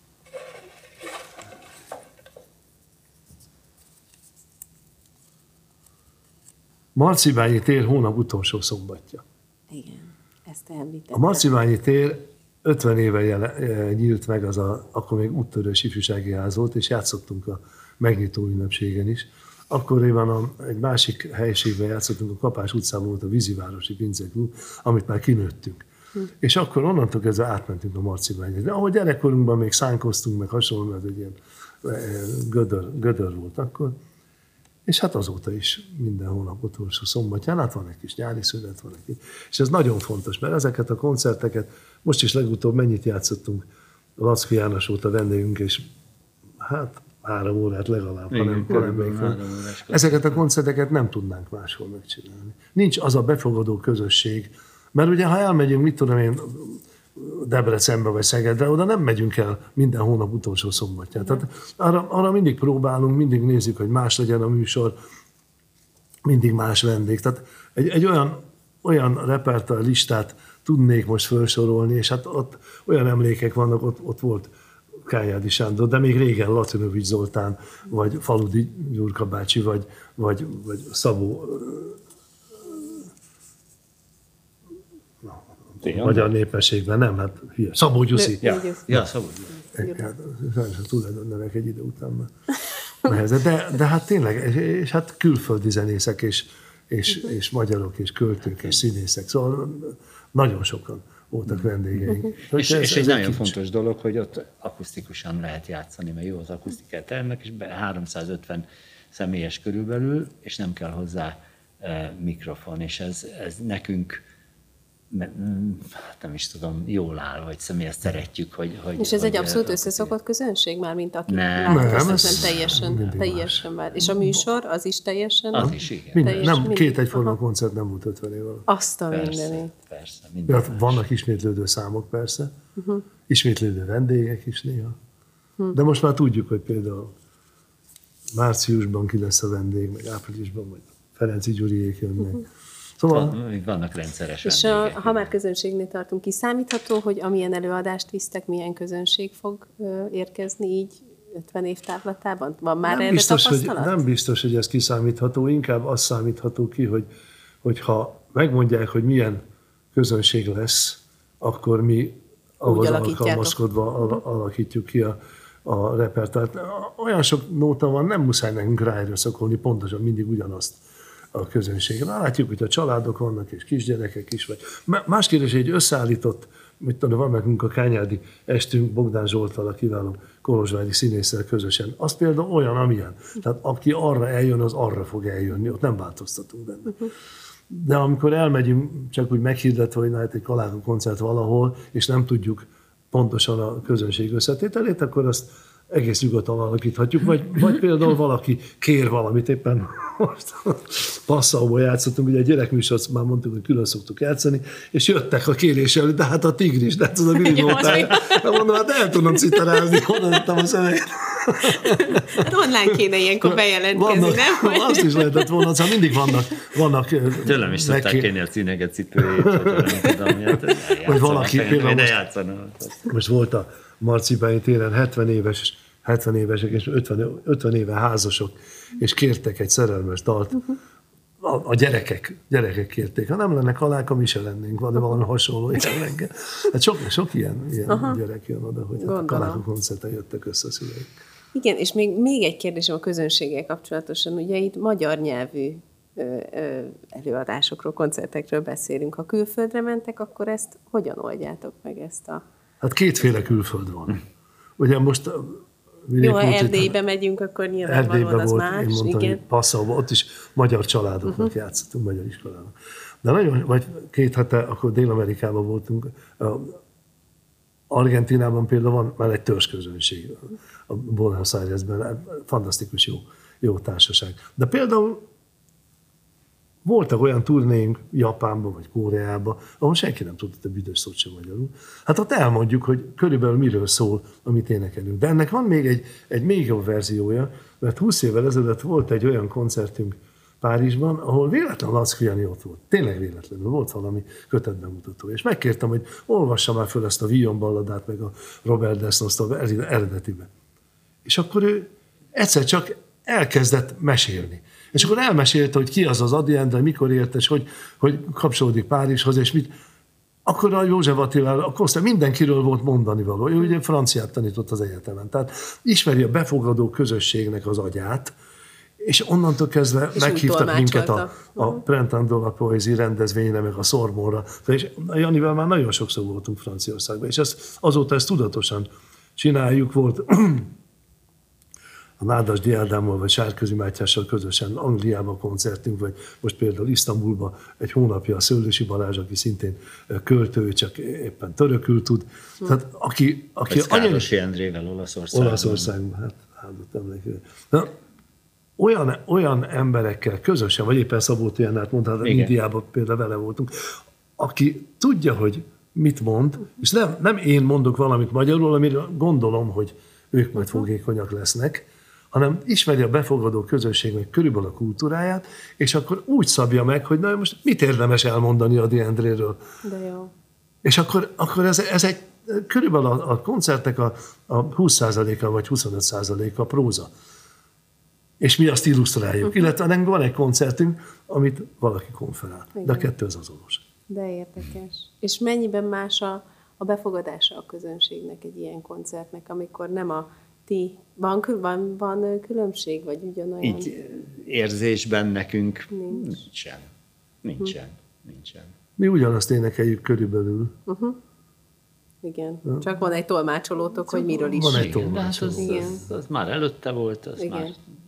Marcibányi tér hónap utolsó szombatja. Igen, ezt említettem. A Marcibányi tér ötven éve jele, nyílt meg, az a, akkor még úttörős ifjúsági ház volt, és játszottunk a megnyitó ünnepségen is. Akkoriban a, egy másik helyiségben játszottunk, a Kapás utcában volt a Vízivárosi Pinceklub, amit már kinőttünk. Hm. És akkor onnantól kezdve átmentünk a Marcibányra. De ahogy gyerekkorunkban még szánkoztunk, meg hasonló, mert egy ilyen gödör, gödör volt akkor. És hát azóta is minden hónap utolsó szombatján, hát van egy kis nyári szünet, van egy kis. És ez nagyon fontos, mert ezeket a koncerteket, most is legutóbb mennyit játszottunk, a Laczki János volt a vendégünk, és hát három órát legalább, igen, hanem, hanem még fel. Ezeket a koncerteket nem tudnánk máshol megcsinálni. Nincs az a befogadó közösség, mert ugye ha elmegyünk, mit tudom én, Debrecenbe vagy Szegedre, oda nem megyünk el minden hónap utolsó szombatján. Tehát arra, arra mindig próbálunk, mindig nézzük, hogy más legyen a műsor, mindig más vendég. Tehát egy, egy olyan, olyan repertoár listát tudnék most felsorolni, és hát ott olyan emlékek vannak, ott, ott volt Kányádi Sándor, de még régen Latinovics Zoltán, vagy Faludi Gyurka bácsi, vagy, vagy, vagy Szabó a magyar népességben, nem, hát hülye. Szabó Gyuszi. Ja, ja, Szabó Gyuszi. Hát, sajnos a tulajdonnevek egy idő után nehezebb. De, de hát tényleg, és hát külföldi zenészek, és, és, és magyarok, és költők, és színészek. Szóval nagyon sokan voltak vendégeink. És, ez, és egy nagyon kincs. Fontos dolog, hogy ott akusztikusan lehet játszani, mert jó az akusztikát termek, és háromszázötven személyes körülbelül, és nem kell hozzá e, mikrofon, és ez, ez nekünk hát nem is tudom, jól áll, vagy személy, ezt szeretjük, hogy... hogy és ez hogy egy abszolút összeszokott közönség már, mint aki nem, látott, nem, nem teljesen, teljesen már. És a műsor, az is teljesen? Az is, igen. Minden, nem, mindig. Két egyforma koncert nem volt ötven év alatt. Azt a persze, mindenit. Persze, minden hát vannak ismétlődő számok persze, uh-huh. ismétlődő vendégek is néha, uh-huh. de most már tudjuk, hogy például márciusban ki lesz a vendég, meg áprilisban, vagy Ferenci Gyuriék jönnek. Uh-huh. Szóval vannak rendszeres és a, ha már közönségnél tartunk, kiszámítható, hogy amilyen előadást visztek, milyen közönség fog ö, érkezni így ötven év távlatában? Van már nem erre biztos, tapasztalat? Hogy, nem biztos, hogy ez kiszámítható, inkább az számítható ki, hogy, hogy ha megmondják, hogy milyen közönség lesz, akkor mi ahhoz alkalmazkodva alakítjuk ki a, a repertoárt. Olyan sok nóta van, nem muszáj nekünk ráerőszakolni pontosan mindig ugyanazt a közönségre. Látjuk, hogy a családok vannak, és kisgyerekek is, vagy más kérdés, egy összeállított, mit tudom, van nekünk a Kányádi estünk Bogdán Zsolttal, a kiváló kolozsvári színésszel közösen. Az például olyan, amilyen. Tehát aki arra eljön, az arra fog eljönni, ott nem változtatunk benne. De amikor elmegyünk, csak úgy meghirdetve, hogy na, hát egy Kaláka koncert valahol, és nem tudjuk pontosan a közönség összetételét, akkor azt egész nyugodtan alakíthatjuk, vagy, vagy például valaki kér valamit, éppen most Passauban játszottunk, ugye a gyerekműsort már mondtuk, hogy külön szoktuk játszani, és jöttek a kérés előtt, de hát a tigris, de tudod, a minimótája. Mondom, hát el tudom citarázni, honnan tettem a szöveget. Hát online kéne ilyenkor bejelentkezni, vannak, nem? Azt is lehetett volna, szóval mindig vannak. vannak Tőlem is szokták kérni a színeget cipőjét, vagy nem tudom, hogy valaki például most, most volt a Marcibányi téren hetven éves, hetven évesek és ötven, ötven éve házasok, és kértek egy szerelmes dalt. Uh-huh. a, a gyerekek, gyerekek kérték. Ha nem lenne Kaláka, mi se lennénk, van, de valami hasonló jelenleg. Hát sok, sok ilyen, ilyen gyerek jön oda, hogy hát a Kaláka koncerten jöttek össze a szüleik. Igen, és még, még egy kérdésem a közönséggel kapcsolatosan. Ugye itt magyar nyelvű ö, ö, előadásokról, koncertekről beszélünk. Ha külföldre mentek, akkor ezt hogyan oldjátok meg ezt a... Hát kétféle külföld van. Ugye most... Jó, ha Erdélybe megyünk, akkor nyilvánvalóan az volt, más. Én mondtam, igen. hogy Passauban, ott is magyar családoknak uh-huh. játszottunk, magyar iskolának. De nagyon, vagy két hete, akkor Dél-Amerikában voltunk, Argentinában például van már egy törzsközönség, a Buenos Airesben, fantasztikus jó, jó társaság. De például voltak olyan turnéink Japánban vagy Koreában, ahol senki nem tudott a büdös szót sem magyarul. Hát ott elmondjuk, hogy körülbelül miről szól, amit énekelünk. De ennek van még egy, egy még jobb verziója, mert húsz évvel ezelőtt volt egy olyan koncertünk Párizsban, ahol véletlenül Lackó Jani ott volt. Tényleg véletlenül volt valami kötetbemutató. És megkértem, hogy olvassa már föl ezt a Villon balladát, meg a Robert Desnos-tól eredetibe. És akkor ő egyszer csak elkezdett mesélni. És akkor elmesélte, hogy ki az az Ady Endre, mikor ért, és hogy, hogy kapcsolódik Párizshoz, és mit. Akkor a József Attilára, a Koszta, mindenkiről volt mondani való. Ő ugye franciát tanított az egyetemen. Tehát ismeri a befogadó közösségnek az agyát, és onnantól kezdve és meghívtak minket a, a Printemps de la Poésie rendezvényre, meg a Sorbonra. És Janivel már nagyon sokszor voltunk Franciaországban, és ezt, azóta ezt tudatosan csináljuk. Volt a Nádasdy Ádámmal vagy Sárközi Mátyással közösen Angliában koncertünk, vagy most például Isztambulban egy hónapja a Szőlősi Balázs, aki szintén költő, csak éppen törökül tud. Hm. Tehát aki... aki Károsi Endrével Olaszországban. Olaszországban, hát áldott emlékül. Olyan, olyan emberekkel közösen, vagy éppen Szabó Trianát mondta, Indiában például vele voltunk, aki tudja, hogy mit mond, és nem, nem én mondok valamit magyarul, amire gondolom, hogy ők majd fogékonyak lesznek, hanem ismeri a befogadó közösségnek körülbelül a kultúráját, és akkor úgy szabja meg, hogy na most mit érdemes elmondani Ady Endréről. De jó. És akkor, akkor ez, ez egy, körülbelül a, a koncertnek a, a húsz százaléka vagy huszonöt százaléka próza. És mi azt illusztráljuk. Uh-huh. Illetve nekünk van egy koncertünk, amit valaki konferál. Igen. De a kettő az azonos. De érdekes. És mennyiben más a, a befogadása a közönségnek egy ilyen koncertnek, amikor nem a ti... Van, van, van különbség, vagy ugyanolyan? Így érzésben nekünk Nincs. nincsen. Nincsen. Uh-huh. Nincsen. Mi ugyanazt énekeljük körülbelül. Uh-huh. Igen. Ja. Csak van egy tolmácsolótok, hogy miről is. Van egy tolmácsoló. Hát az, az, az már előtte volt, az igen. már...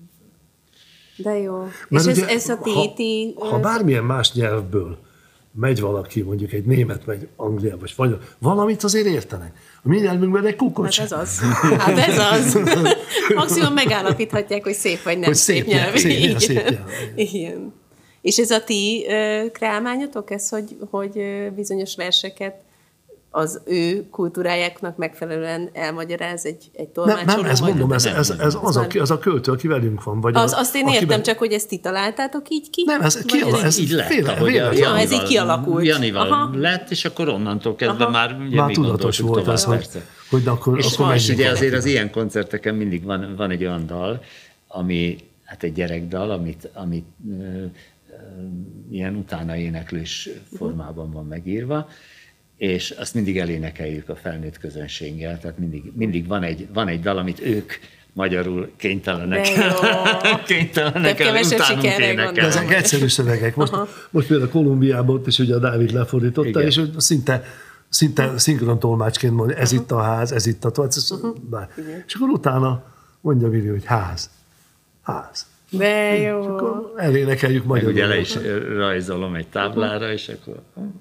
De jó. Mert és ugye, ez, ez a ti... Ha, ti ha bármilyen más nyelvből megy valaki, mondjuk egy német megy Angliába, vagy magyar, valamit azért értenek. A mi nyelvünkben egy kukocs. Hát ez az. Hát ez az. Maximum megállapíthatják, hogy szép vagy nem hogy szép, szép nyelv. Szép, Igen. szép nyelv. Igen. És ez a ti uh, kreálmányotok, ez, hogy, hogy uh, bizonyos verseket az ő kultúrájáknak megfelelően elmagyaráz egy, egy tolmácsoló? Nem, nem, ez mondom, ez, ez, ez az, a, az a költő, aki velünk van. Vagy az, a, azt én értem, akiben... csak hogy ezt ti találtátok így ki? Nem, ez, kiala, ez így lett, féle, ahogy véle, ja, ez így kialakult. Janival Aha. lett, és akkor onnantól kezdve Aha. már, ugye már mi tudatos volt ez, hogy, hogy akkor, és akkor és ugye azért valakivel. az ilyen koncerteken mindig van, van egy olyan dal, ami hát egy gyerekdal, amit, amit ö, ö, ilyen utána éneklős formában van megírva, és azt mindig elénekeljük a felnőtt közönséggel, tehát mindig, mindig van, egy, van egy dal, amit ők magyarul kénytelenek, kénytelenek el, utánunk énekelni. Ezek egyszerű szövegek. Most, most például Kolumbiában ott is ugye a Dávid lefordította, igen. És szinte, szinte szinkron tolmácsként mondja, ez Aha. itt a ház, ez itt a tolmács. Uh-huh. És akkor utána mondja Vili, hogy ház, ház. De jó. És akkor elénekeljük magyarul. Meg ugye le is rajzolom egy táblára, és akkor...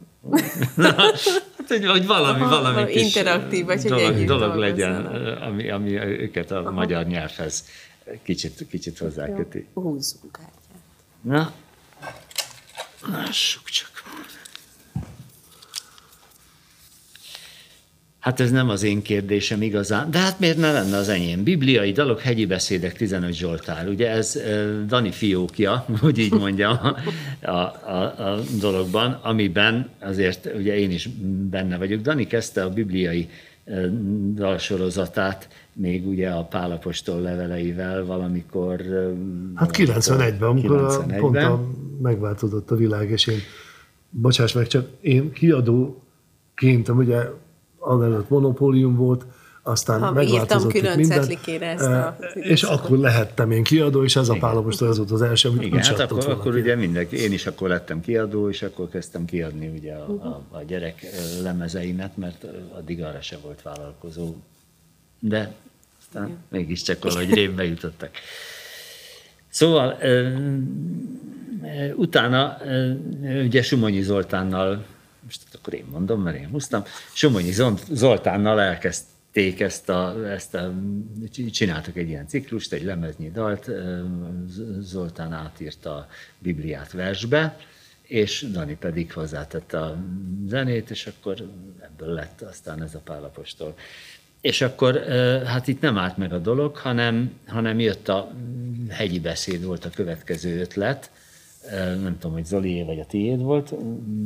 Hát, hogy valami, Aha, valami interaktív, vagy dolog, hogy dolog legyen, ami, ami őket a Aha. magyar nyelvhez kicsit, kicsit hozzáköti. Húzzunk kártyát. Na, lássuk csak. Hát ez nem az én kérdésem igazán, de hát miért ne lenne az enyém? Bibliai dalok, hegyi beszédek, tizenöt Zsoltár. Ugye ez Dani fiókja, hogy így mondjam, a, a, a dologban, amiben azért ugye én is benne vagyok. Dani kezdte a bibliai dalsorozatát, még ugye a Pál apostol leveleivel valamikor... Hát kilencvenegyben, amikor kilencvenegyben. pont a, megváltozott a világ, és én, bocsáss meg, csak én kiadóként, ugye azelőtt monopólium volt, aztán ha megváltozott külön minden, ezt a és akkor lehettem én kiadó, és ez a Pál apostol, ez volt az első, amit igen, úgy hát akkor, volna akkor ugye mindenki, én is akkor lettem kiadó, és akkor kezdtem kiadni ugye a, a, a gyerek lemezeimet, mert addig arra se volt vállalkozó. De aztán igen. mégiscsak valahogy révbe jutottak. Szóval utána ugye Somonyi Zoltánnal, most akkor én mondom, mert én húztam, Somonyi Zoltánnal elkezdték ezt a, ezt a, csináltak egy ilyen ciklust, egy lemeznyi dalt, Zoltán átírta a Bibliát versbe, és Dani pedig hozzátette a zenét, és akkor ebből lett aztán ez a Pál apostol. És akkor hát itt nem állt meg a dolog, hanem, hanem jött a hegyi beszéd, volt a következő ötlet, nem tudom, hogy Zolié vagy a tiéd volt,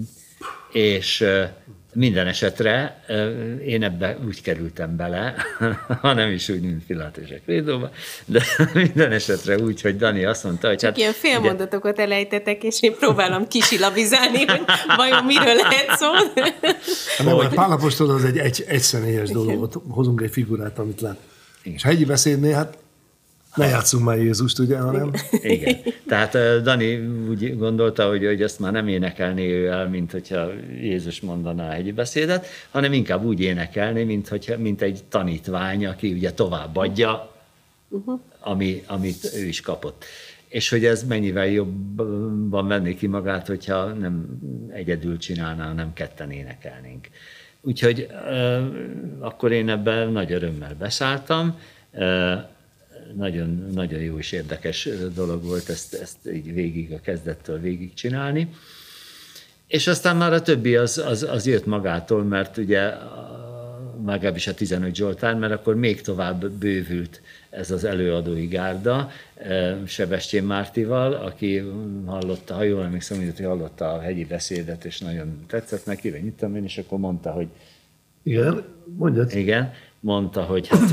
és minden esetre én ebbe úgy kerültem bele, ha nem is úgy, mint Pilát és a Krédóba, de minden esetre úgy, hogy Dani azt mondta, hogy... Csak hát, ilyen félmondatokat ugye... elejtetek, és én próbálom kisilabizálni, hogy vajon miről lehet szó. Nem, a Pál apostol az egy, egy egyszemélyes dolog, ott hozunk egy figurát, amit lát. Igen. És hegyi beszédnél, hát ne játsszunk már Jézust, ugye, hanem... Igen. Tehát Dani úgy gondolta, hogy, hogy ezt már nem énekelné ő el, mint hogyha Jézus mondaná a hegyi beszédet, hanem inkább úgy énekelné, mint, hogyha, mint egy tanítvány, aki ugye továbbadja, uh-huh. ami, amit ő is kapott. És hogy ez mennyivel jobban venné ki magát, hogyha nem egyedül csinálná, nem ketten énekelnénk. Úgyhogy euh, akkor én ebben nagy örömmel beszálltam. Euh, Nagyon, nagyon jó és érdekes dolog volt ezt, ezt így végig, a kezdettől végig csinálni. És aztán már a többi az, az, az jött magától, mert ugye legalábbis a tizenöt Zsoltár, mert akkor még tovább bővült ez az előadói gárda Sebestyén Mártival, aki hallotta, ha jól emlékszem, hogy hallotta a hegyi beszédet, és nagyon tetszett neki, nyittam én, és akkor mondta, hogy... Igen, mondjad. Igen, mondta, hogy hát...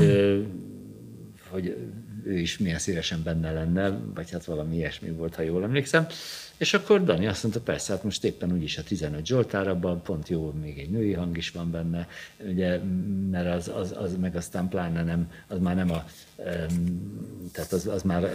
hogy ő is milyen szívesen benne lenne, vagy hát valami ilyesmi volt, ha jól emlékszem. És akkor Dani azt mondta, persze, hát most éppen úgyis a tizenöt Zsoltár, abban pont jó, még egy női hang is van benne, ugye, mert az, az, az meg aztán pláne nem, az már nem a, tehát az, az már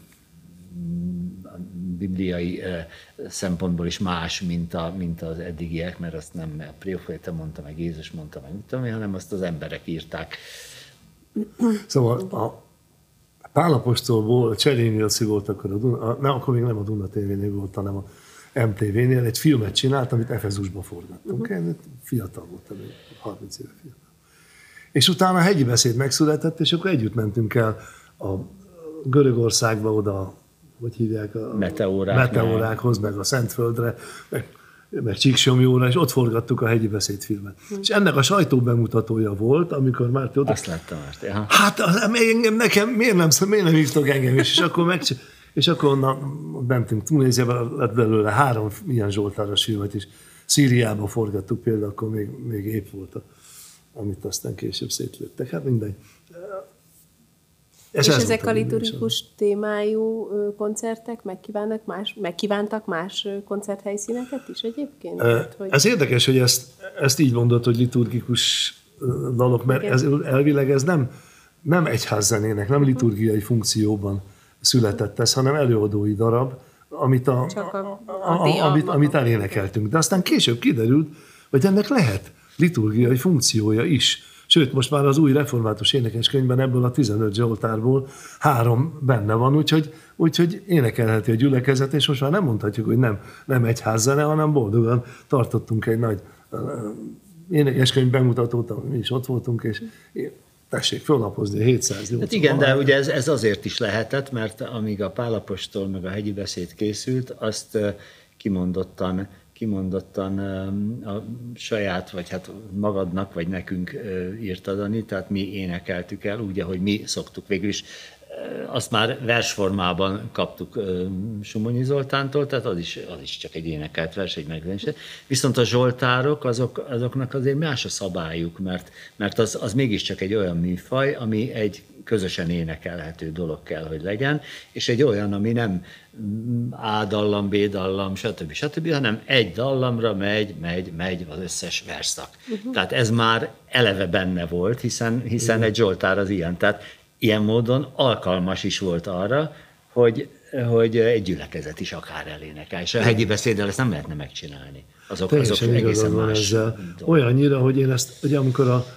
a bibliai szempontból is más, mint, a, mint az eddigiek, mert azt nem a proféta mondta, meg Jézus mondta, meg mit tudom én, hanem azt az emberek írták. Szóval a Pál apostolból, Cserény Ilci volt akkor, a Duna, a, nem, akkor még nem a Duna té vénél volt, hanem a em té vénél egy filmet csinált, amit Efezusba forgattunk. Uh-huh. Én fiatal voltam, harminc éve fiatal. És utána a hegyi beszéd megszületett, és akkor együtt mentünk el a Görögországba, oda, hogy hívják, a Meteorák, meteorákhoz, meg a Szentföldre, meg, meg Csíksomjóra, és ott forgattuk a hegyi beszédfilmet. Hmm. És ennek a sajtóbemutatója volt, amikor már... Oda... Azt láttam már. Ja. Hát az, engem, nekem miért nem, miért nem hívtak engem is, és akkor meg... És akkor onnan mentünk Tunéziába, lett belőle három ilyen zsoltáros filmet is. Szíriába forgattuk például, akkor még, még épp volt, a, amit aztán később szétlőttek. Hát mindegy. És, és ez ezek a liturgikus témájú koncertek megkívántak más, megkívántak más koncerthelyszíneket is egyébként? E, hogy... Ez érdekes, hogy ezt, ezt így mondod, hogy liturgikus dalok, mert ez, elvileg ez nem, nem egyházzenének, nem liturgiai funkcióban született ez, hanem előadói darab, amit, a, a, a, a, amit, amit elénekeltünk. De aztán később kiderült, hogy ennek lehet liturgiai funkciója is. Sőt, most már az új református énekeskönyvben ebből a tizenöt Zsoltárból három benne van, úgyhogy, úgyhogy énekelheti a gyülekezet, és most már nem mondhatjuk, hogy nem, nem egyházzene, hanem boldogan tartottunk egy nagy uh, énekeskönyv bemutatót, mi is ott voltunk, és tessék föllapozni hétszáz. Hát igen, de ugye ez, ez azért is lehetett, mert amíg a Pál apostol meg a hegyi beszéd készült, azt uh, kimondottan kimondottan a saját, vagy hát magadnak, vagy nekünk írtad, Dani, tehát mi énekeltük el, úgy, ahogy mi szoktuk. Végül is azt már versformában kaptuk Somonyi Zoltántól, tehát az is, az is csak egy énekelt vers, egy megjelenés. Viszont a zsoltárok, azok, azoknak azért más a szabályuk, mert, mert az, az mégiscsak egy olyan műfaj, ami egy közösen énekelhető dolog kell, hogy legyen, és egy olyan, ami nem A dallam, B dallam, stb. stb., hanem egy dallamra megy, megy, megy az összes verszak. Uh-huh. Tehát ez már eleve benne volt, hiszen, hiszen uh-huh. egy zsoltár az ilyen. Tehát ilyen módon alkalmas is volt arra, hogy, hogy egy gyülekezet is akár elénekel. És a hegyi beszéddel ezt nem lehetne megcsinálni. Azok, azok egészen más ezzel. Olyannyira, hogy én ezt, ugye amikor a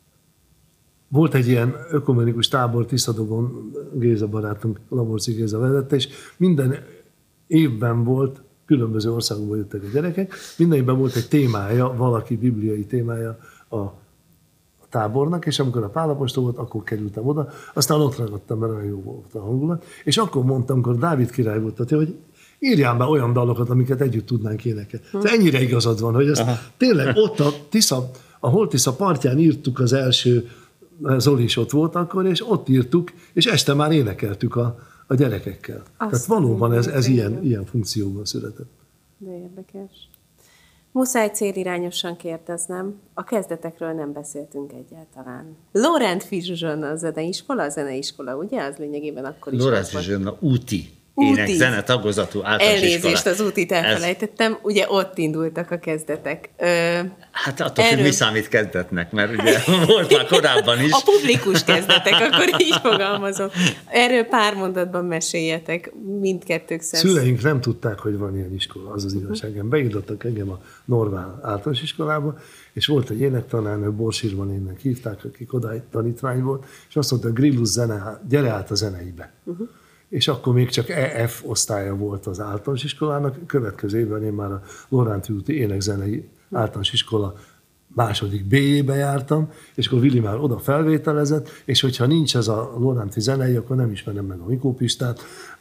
volt egy ilyen ökumenikus tábor Tiszadogon, Géza barátunk, Lamorci Géza vezette, és minden évben volt, különböző országokból jöttek a gyerekek, minden évben volt egy témája, valaki bibliai témája a tábornak, és amikor a Pál apostol volt, akkor kerültem oda, aztán ott ragadtam, mert olyan jó volt a hangulat, és akkor mondtam, amikor Dávid király volt, hogy írjál be olyan dalokat, amiket együtt tudnánk énekelni. Hm. Ennyire igazad van, hogy ezt Aha. tényleg ott a Tisza, a Holtisza partján írtuk az első, Zoli is ott volt akkor, és ott írtuk, és este már énekeltük a, a gyerekekkel. Azt Tehát valóban ez, ez ilyen, ilyen funkcióban született. De érdekes. Muszáj célirányosan kérdeznem, a kezdetekről nem beszéltünk egyáltalán. Laurent Fizsuzsonna a zeneiskola, a zeneiskola, ugye? Az lényegében akkor is Laurent Fizsuzsonna úti. Ének, zene, tagozatú általános Elnézést, iskola. az útit elfelejtettem. Ez... Ugye ott indultak a kezdetek. Ö, hát attól erről... függ, mi számít kezdetnek, mert ugye volt már korábban is. A publikus kezdetek, akkor így fogalmazok. Erről pár mondatban meséljetek, mindkettők szerint. Szüleink nem tudták, hogy van ilyen iskola, az az igazság. Beírtak engem a Norvál általános iskolába, és volt egy énektanárnő, Borsírban énnek hívták, akik odáig tanítvány volt, és azt mondta, Grillus zene, gyere át a zeneibe. Uh-huh. És akkor még csak E F osztálya volt az általános iskolának, következő évben én már a Loránti úti énekzenei általános iskola második B-jébe jártam, és akkor Vili már oda felvételezett, és hogyha nincs ez a Loránti zenei, akkor nem ismerem meg a Mikó Pistát,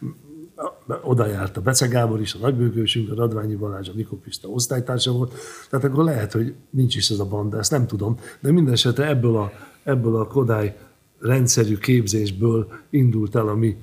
oda járt a Bece Gábor is, a nagybőgősünk, a Radványi Balázs, a Mikó Pista osztálytársa volt, tehát akkor lehet, hogy nincs is ez a banda, ezt nem tudom, de minden esetre ebből a, ebből a Kodály rendszerű képzésből indult el a mi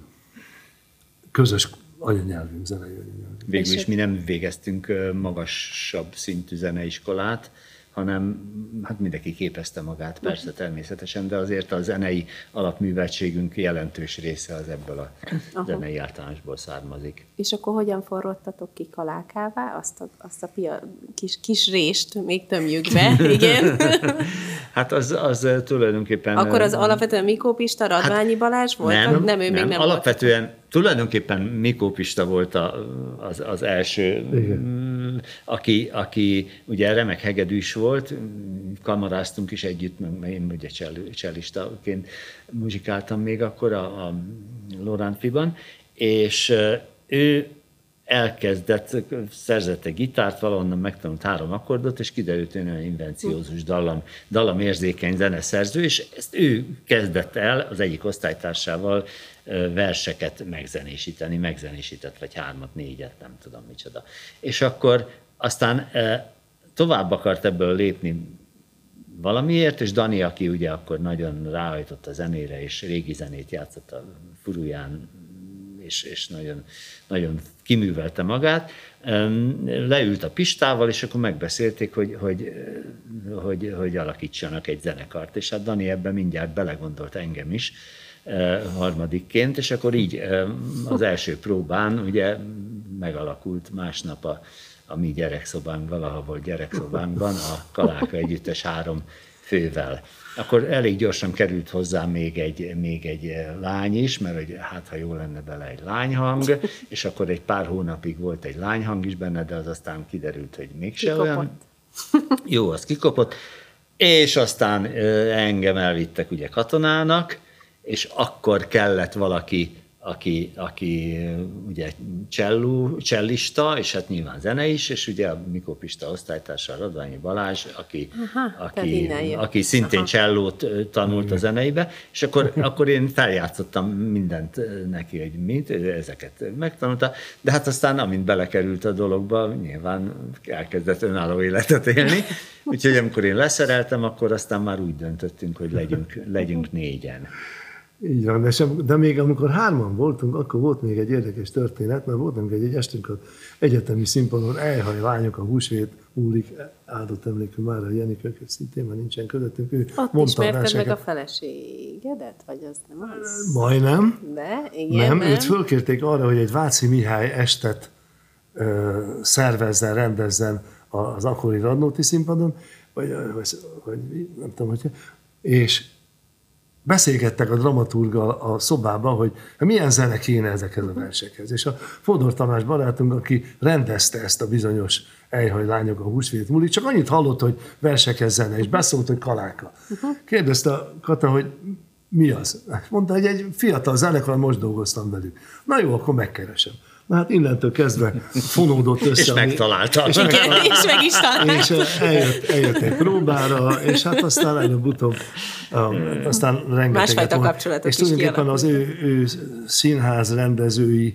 közös anyanyelvünk, zenei anyanyelvünk. Végül is mi nem végeztünk magasabb szintű zeneiskolát, hanem hát mindenki képezte magát, persze természetesen, de azért a zenei alapműveltségünk jelentős része az ebből a Aha. zenei általánosból származik. És akkor hogyan forrottatok ki Kalákává? Azt a, azt a pia, kis, kis rést még tömjük be, igen. Hát az, az tulajdonképpen... Akkor az alapvetően Mikó Pista, Radványi Balázs volt? Nem, nem, ő nem, még nem alapvetően volt. Tulajdonképpen Mikó Pista volt a, az, az első, aki, aki ugye remek hegedű is volt, kamaráztunk is együtt, meg én ugye csellistaként muzsikáltam még akkor a, a Loránfiban, és ő elkezdett, szerzett egy gitárt, valahonnan megtanult három akkordot, és kiderült, hogy olyan invenciózus dallam, dallamérzékeny zeneszerző, és ezt ő kezdett el az egyik osztálytársával verseket megzenésíteni, megzenésített, vagy hármat, négyet, nem tudom micsoda. És akkor aztán tovább akart ebből lépni valamiért, és Dani, aki ugye akkor nagyon ráhajtott a zenére, és régi zenét játszott a furuján, és, és nagyon, nagyon kiművelte magát, leült a Pistával, és akkor megbeszélték, hogy, hogy, hogy, hogy alakítsanak egy zenekart, és hát Dani ebben mindjárt belegondolt engem is, harmadikként, és akkor így az első próbán ugye megalakult másnap a, a mi gyerekszobánk, valaha volt gyerekszobánkban, a Kaláka együttes három fővel. Akkor elég gyorsan került hozzá még egy, még egy lány is, mert hogy hát, ha jó lenne bele egy lányhang, és akkor egy pár hónapig volt egy lányhang is benne, de az aztán kiderült, hogy mégse kikopott. Olyan. Jó, az kikopott. És aztán engem elvittek ugye katonának, és akkor kellett valaki, aki, aki ugye csellú, csellista, és hát nyilván zene is, és ugye a Mikó Pista osztálytársa, Radványi Balázs, aki, Aha, aki, aki szintén Aha. csellót tanult a zeneibe, és akkor, akkor én feljátszottam mindent neki, hogy mit, ezeket megtanulta, de hát aztán amint belekerült a dologba, nyilván elkezdett önálló életet élni, úgyhogy amikor én leszereltem, akkor aztán már úgy döntöttünk, hogy legyünk, legyünk négyen. Így van, de, sem, de még amikor hárman voltunk, akkor volt még egy érdekes történet, mert voltunk egy, egy estünk az egyetemi színpadon, elhaj lányok, a húsvét múlik, áldott emlékű már a Jenikők, szintén már nincsen közöttünk. Ő ott ismerted meg a feleségedet, vagy az nem az? Majdnem. De, igen, nem, nem. Őt fölkérték arra, hogy egy Váci Mihály estet ö, szervezzen, rendezzen az akkori Radnóti színpadon, vagy, vagy, vagy nem tudom, hogy... És beszélgettek a dramaturggal a szobában, hogy milyen zene kéne ezekhez a versekhez. És a Fodor Tamás barátunk, aki rendezte ezt a bizonyos Ejhaj lányok a húsvét múlik, csak annyit hallott, hogy versekhez zene, és beszólt, hogy Kaláka. Kérdezte a Kata, hogy mi az? Mondta, hogy egy fiatal zenekar, most dolgoztam velük. Na jó, akkor megkeresem. Na hát innentől kezdve fonódott össze. És megtalálta. És, igen, és meg is találta. És eljött, eljött egy próbára, és hát aztán előbb-utóbb, aztán rengeteget másfajta volt. kapcsolatok és tulajdonképpen az ő, ő színház rendezői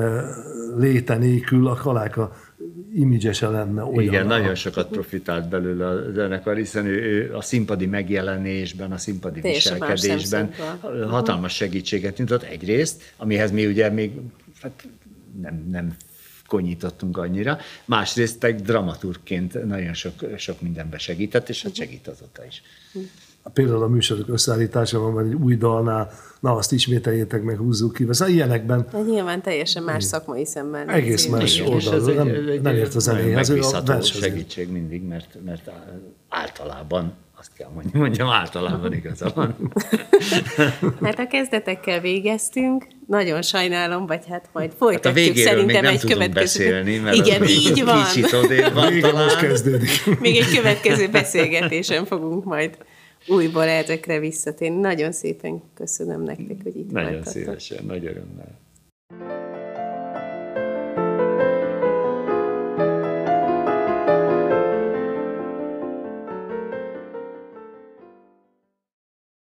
léte nélkül a Kaláka imidzsese lenne olyan. Igen, a... nagyon sokat profitált belőle a zenekar, hiszen ő, ő a színpadi megjelenésben, a színpadi teljesen viselkedésben hatalmas segítséget nyújtott egyrészt, amihez mi ugye még hát nem, nem konyítottunk annyira, másrészt meg dramaturgként nagyon sok, sok mindenbe segített, és hát segít azóta is. Például a műsorok összeállításában van egy új dalnál, na azt ismételjétek meg, húzzuk ki. Szóval ilyenekben... De nyilván teljesen más szakmai szemmel. Egész más oldalról, nem, egy, nem ért a zenéhez. Megbízható segítség mindig, mert, mert általában, azt kell mondjam, mondjam általában igaza van. Hát a kezdetekkel végeztünk, nagyon sajnálom, vagy hát majd Hát folytatjuk szerintem egy következő... beszélni, mert igen, így van. Kicsit odébb van talán. Kezdődik. Még egy következő beszélgetésen fogunk majd újból ezekre visszatérni. Nagyon szépen köszönöm nektek, hogy itt Nagyon voltatok. szívesen, nagy örömmel.